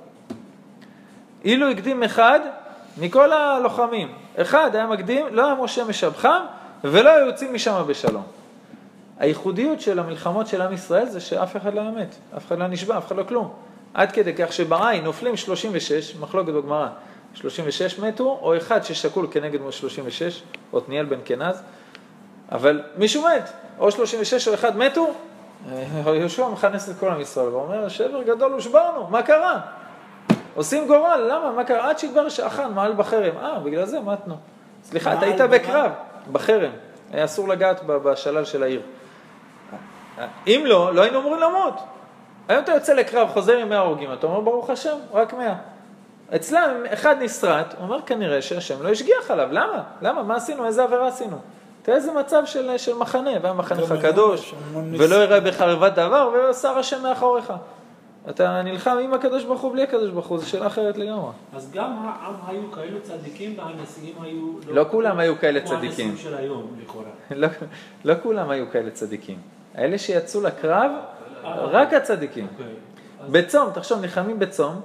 אילו הקדים אחד מכל הלוחמים, אחד היה מקדים, לא היה משה משבחם, ולא היו יוצאים משם בשלום. הייחודיות של המלחמות של עם ישראל זה שאף אחד לא אמת, אף אחד לא נשבע, אף אחד לא כלום. עד כדי כך שבעין נופלים שלושים ושש, מחלוקת בגמרא, שלושים ושש מתו, או אחד ששקול כנגד שלושים ושש, עתניאל בן כנז, אבל מישהו מת, או שלושים ושש או אחד מתו, יהושע מכנס את כל עם ישראל, ואומר, שבר גדול הושברנו, מה קרה? עושים גורל, למה? מה קרה? עד שהתברר שאחן מעל בחרם. אה, בגלל זה מתנו. סליחה, אתה היית בקרב, בחרם. היה אסור לגעת בשלל של העיר. אם לא, לא היינו אמורים למות. היום אתה יוצא לקרב, חוזר עם מאה הרוגים, אתה אומר, ברוך השם, רק מאה. אצלם אחד נסרט, הוא אומר כנראה שהשם לא ישגיח עליו. למה? למה? מה עשינו? איזה עבירה עשינו? תראה איזה מצב של, של מחנה, והיה מחנך הקדוש, ולא יראה בחרבת דבר, ושר השם מאחוריך. אתה נלחם עם הקדוש ברוך הוא בלי הקדוש ברוך הוא, זו שאלה אחרת לגמרי. אז גם העם היו כאלו צדיקים, והנשיאים היו... לא כולם היו כאלה צדיקים. כמו הנשיאים של היום, לכאורה. לא, לא כולם היו כאלה צדיקים. האלה שיצאו לקרב, רק הצדיקים. בצום, תחשוב, נלחמים בצום,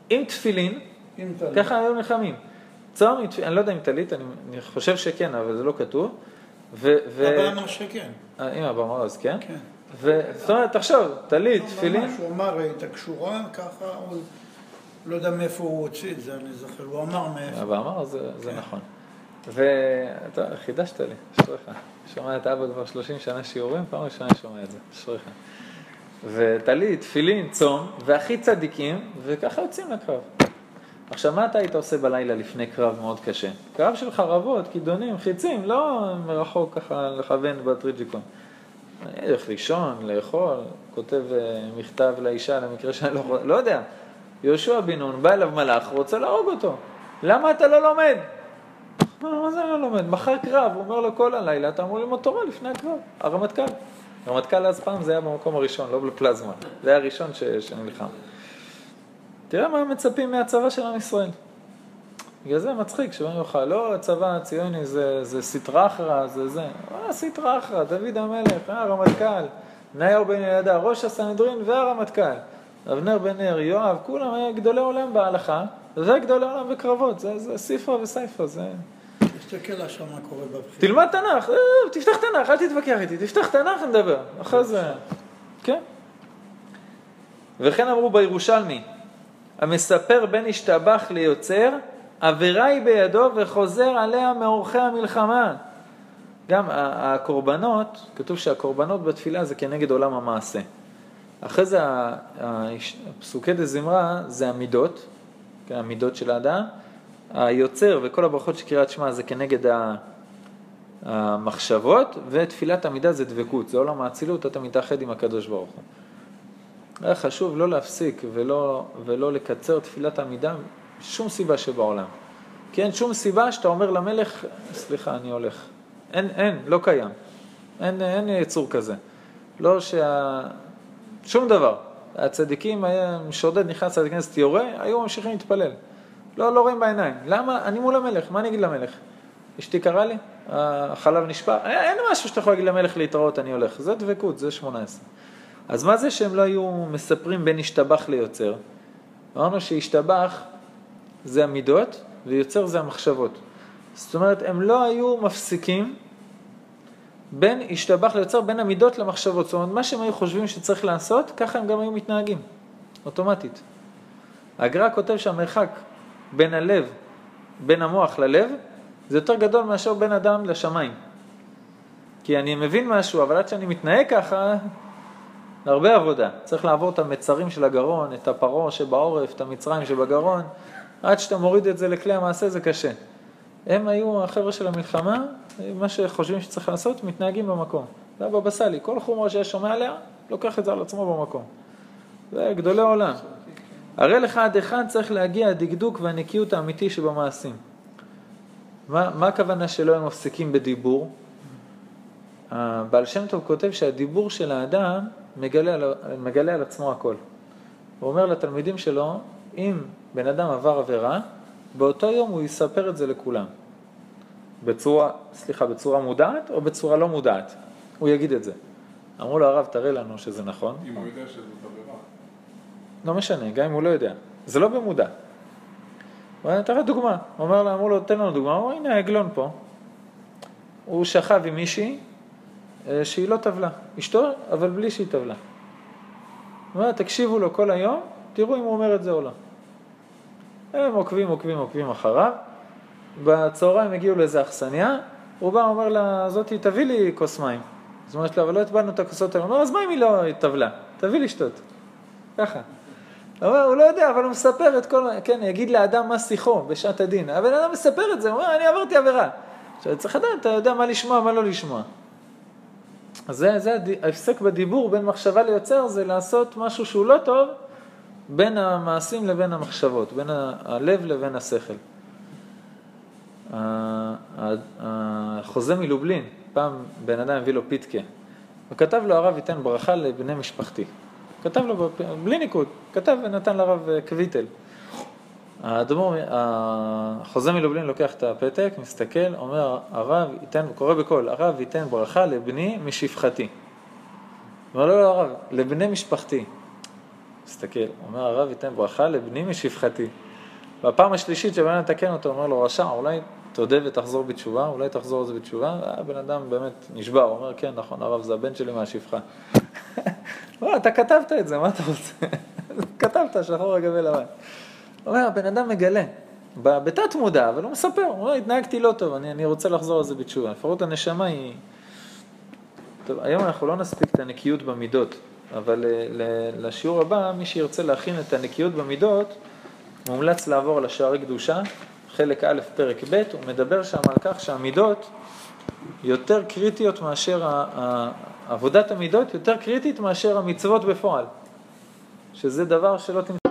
עם תפילין, עם טלית. ככה היו נלחמים. צום עם תפילין, אני לא יודע אם טלית, אני, אני חושב שכן, אבל זה לא כתוב. ו, ו... אבא אמר שכן. אה, אם אבא אמר אז כן. כן. זאת אומרת, תחשוב, טלית, תפילין. הוא אמר, הייתה קשורה, ככה, הוא לא יודע מאיפה הוא הוציא את זה, אני זוכר, הוא אמר מאיפה. אבא אמר, זה, זה נכון. ואתה חידשת לי, אשריך. שומע את אבא כבר שלושים שנה שיעורים, פעם ראשונה אני שומע את זה, אשריך. וטלית, תפילין, צום, והכי צדיקים, וככה יוצאים לקרב. עכשיו, מה אתה היית עושה בלילה לפני קרב מאוד קשה? קרב של חרבות, כידונים, חיצים, לא מרחוק ככה לכוון בטריג'יקון. הולך לישון, לאכול, כותב מכתב לאישה למקרה שאני לא יכול, לא יודע. יהושע בן נון, בא אליו מלאך, רוצה להרוג אותו. למה אתה לא לומד? מה זה לא לומד? מחר קרב, הוא אומר לו כל הלילה, אתה אמור ללמוד תורה לפני הקרב. הרמטכ"ל. הרמטכ"ל אז פעם זה היה במקום הראשון, לא בפלזמה. זה היה הראשון ש... שנלחם. תראה מה מצפים מהצבא של עם ישראל. בגלל זה מצחיק, שבאים לך, לא הצבא הציוני זה, זה סטרא אחרא, זה זה. אה, סטרא אחרא, דוד המלך, אה, הרמטכ"ל, נאיהו בן יהודה, ראש הסנהדרין והרמטכ"ל. אבנר בן נר, יואב, כולם היה גדולי עולם בהלכה, זה גדולי עולם בקרבות, זה, זה ספרה וסייפה, זה... תסתכל עכשיו מה קורה בבחירה. תלמד תנ"ך, אה, תפתח תנ"ך, אל תתווכח איתי, תפתח תנ"ך נדבר, אחרי זה... כן. וכן אמרו בירושלמי, המספר בין השתבח ליוצר, עבירה היא בידו וחוזר עליה מאורחי המלחמה. גם הקורבנות, כתוב שהקורבנות בתפילה זה כנגד עולם המעשה. אחרי זה הפסוקי דזמרה זה המידות, המידות של האדם, היוצר וכל הברכות של קריאת שמע זה כנגד המחשבות, ותפילת המידה זה דבקות, זה עולם האצילות, אתה מתאחד עם הקדוש ברוך הוא. היה חשוב לא להפסיק ולא, ולא לקצר תפילת המידה, שום סיבה שבעולם. כי אין שום סיבה שאתה אומר למלך, סליחה, אני הולך. אין, אין, לא קיים. אין, אין יצור כזה. לא שה... שום דבר. הצדיקים, היה שודד נכנס לכנסת יורה, היו ממשיכים להתפלל. לא, לא רואים בעיניים. למה? אני מול המלך, מה אני אגיד למלך? אשתי קרא לי, החלב נשפע, אין משהו שאתה יכול להגיד למלך להתראות, אני הולך. זה דבקות, זה שמונה עשרה. אז מה זה שהם לא היו מספרים בין השתבח ליוצר? אמרנו שהשתבח זה המידות, ויוצר זה המחשבות. זאת אומרת, הם לא היו מפסיקים בין השתבח ליוצר, בין המידות למחשבות. זאת אומרת, מה שהם היו חושבים שצריך לעשות, ככה הם גם היו מתנהגים, אוטומטית. הגר"א כותב שהמרחק בין הלב, בין המוח ללב, זה יותר גדול מאשר בין אדם לשמיים. כי אני מבין משהו, אבל עד שאני מתנהג ככה, הרבה עבודה. צריך לעבור את המצרים של הגרון, את הפרעה שבעורף, את המצרים שבגרון, עד שאתה מוריד את זה לכלי המעשה זה קשה. הם היו החבר'ה של המלחמה, מה שחושבים שצריך לעשות, מתנהגים במקום. זה בבא סאלי, כל חומרה שיש שומע עליה, לוקח את זה על עצמו במקום. זה גדולי עולם. הרי לך עד אחד צריך להגיע הדקדוק והנקיות האמיתי שבמעשים. מה, מה הכוונה שלא הם מפסיקים בדיבור? הבעל שם טוב כותב שהדיבור של האדם מגלה על, מגלה על עצמו הכל. הוא אומר לתלמידים שלו, אם בן אדם עבר עבירה, באותו יום הוא יספר את זה לכולם. בצורה, סליחה, בצורה מודעת או בצורה לא מודעת. הוא יגיד את זה. אמרו לו, הרב, תראה לנו שזה נכון. אם הוא יודע שזאת עבירה. לא משנה, גם אם הוא לא יודע. זה לא במודע. תראה דוגמה. הוא אומר לו, אמרו לו, תן לנו דוגמה. הוא אומר, הנה העגלון פה. הוא שכב עם מישהי שהיא לא טבלה. אשתו, אבל בלי שהיא טבלה. הוא אומר, תקשיבו לו כל היום, תראו אם הוא אומר את זה או לא. הם עוקבים, עוקבים, עוקבים אחריו. בצהריים הגיעו לאיזה אכסניה, הוא בא, אומר לה, זאתי, תביא לי כוס מים. זאת אומרת לה, אבל לא התבלנו את הכוסות האלה. הוא אומר, אז מה אם היא לא טבלה? תביא לי שתות. ככה. הוא אומר, הוא לא יודע, אבל הוא מספר את כל... כן, יגיד לאדם מה שיחו בשעת הדין. אבל האדם מספר את זה, הוא אומר, אני עברתי עבירה. עכשיו, צריך לדעת, אתה יודע מה לשמוע, מה לא לשמוע. אז זה, זה ההפסק בדיבור בין מחשבה ליוצר, זה לעשות משהו שהוא לא טוב, בין המעשים לבין המחשבות, בין הלב לבין השכל. החוזה מלובלין, פעם בן אדם הביא לו פיתקה, וכתב לו הרב ייתן ברכה לבני משפחתי. כתב לו, בלי ניקוד, כתב ונתן לרב קוויטל. האדמו"ר, החוזה מלובלין לוקח את הפתק, מסתכל, אומר, הרב ייתן, קורא בקול, הרב ייתן ברכה לבני משפחתי. אומר לו, לא, הרב, לבני משפחתי. מסתכל, אומר הרב ייתן ברכה לבני משפחתי. בפעם השלישית שבן נתקן אותו, אומר לו, רשע, אולי תודה ותחזור בתשובה, אולי תחזור את זה בתשובה, הבן אדם באמת נשבע, הוא אומר, כן, נכון, הרב, זה הבן שלי מהשפחה. אתה כתבת את זה, מה אתה רוצה? כתבת, שחור הגבי לבן. הוא אומר, הבן אדם מגלה, בתת מודע, אבל הוא מספר, הוא אומר, התנהגתי לא טוב, אני, אני רוצה לחזור על זה בתשובה. לפחות הנשמה היא... טוב, היום אנחנו לא נספיק את הנקיות במידות, אבל לשיעור הבא, מי שירצה להכין את הנקיות במידות, מומלץ לעבור על השערי קדושה, חלק א' פרק ב', הוא מדבר שם על כך שהמידות יותר קריטיות מאשר, עבודת המידות יותר קריטית מאשר המצוות בפועל, שזה דבר שלא תמצא.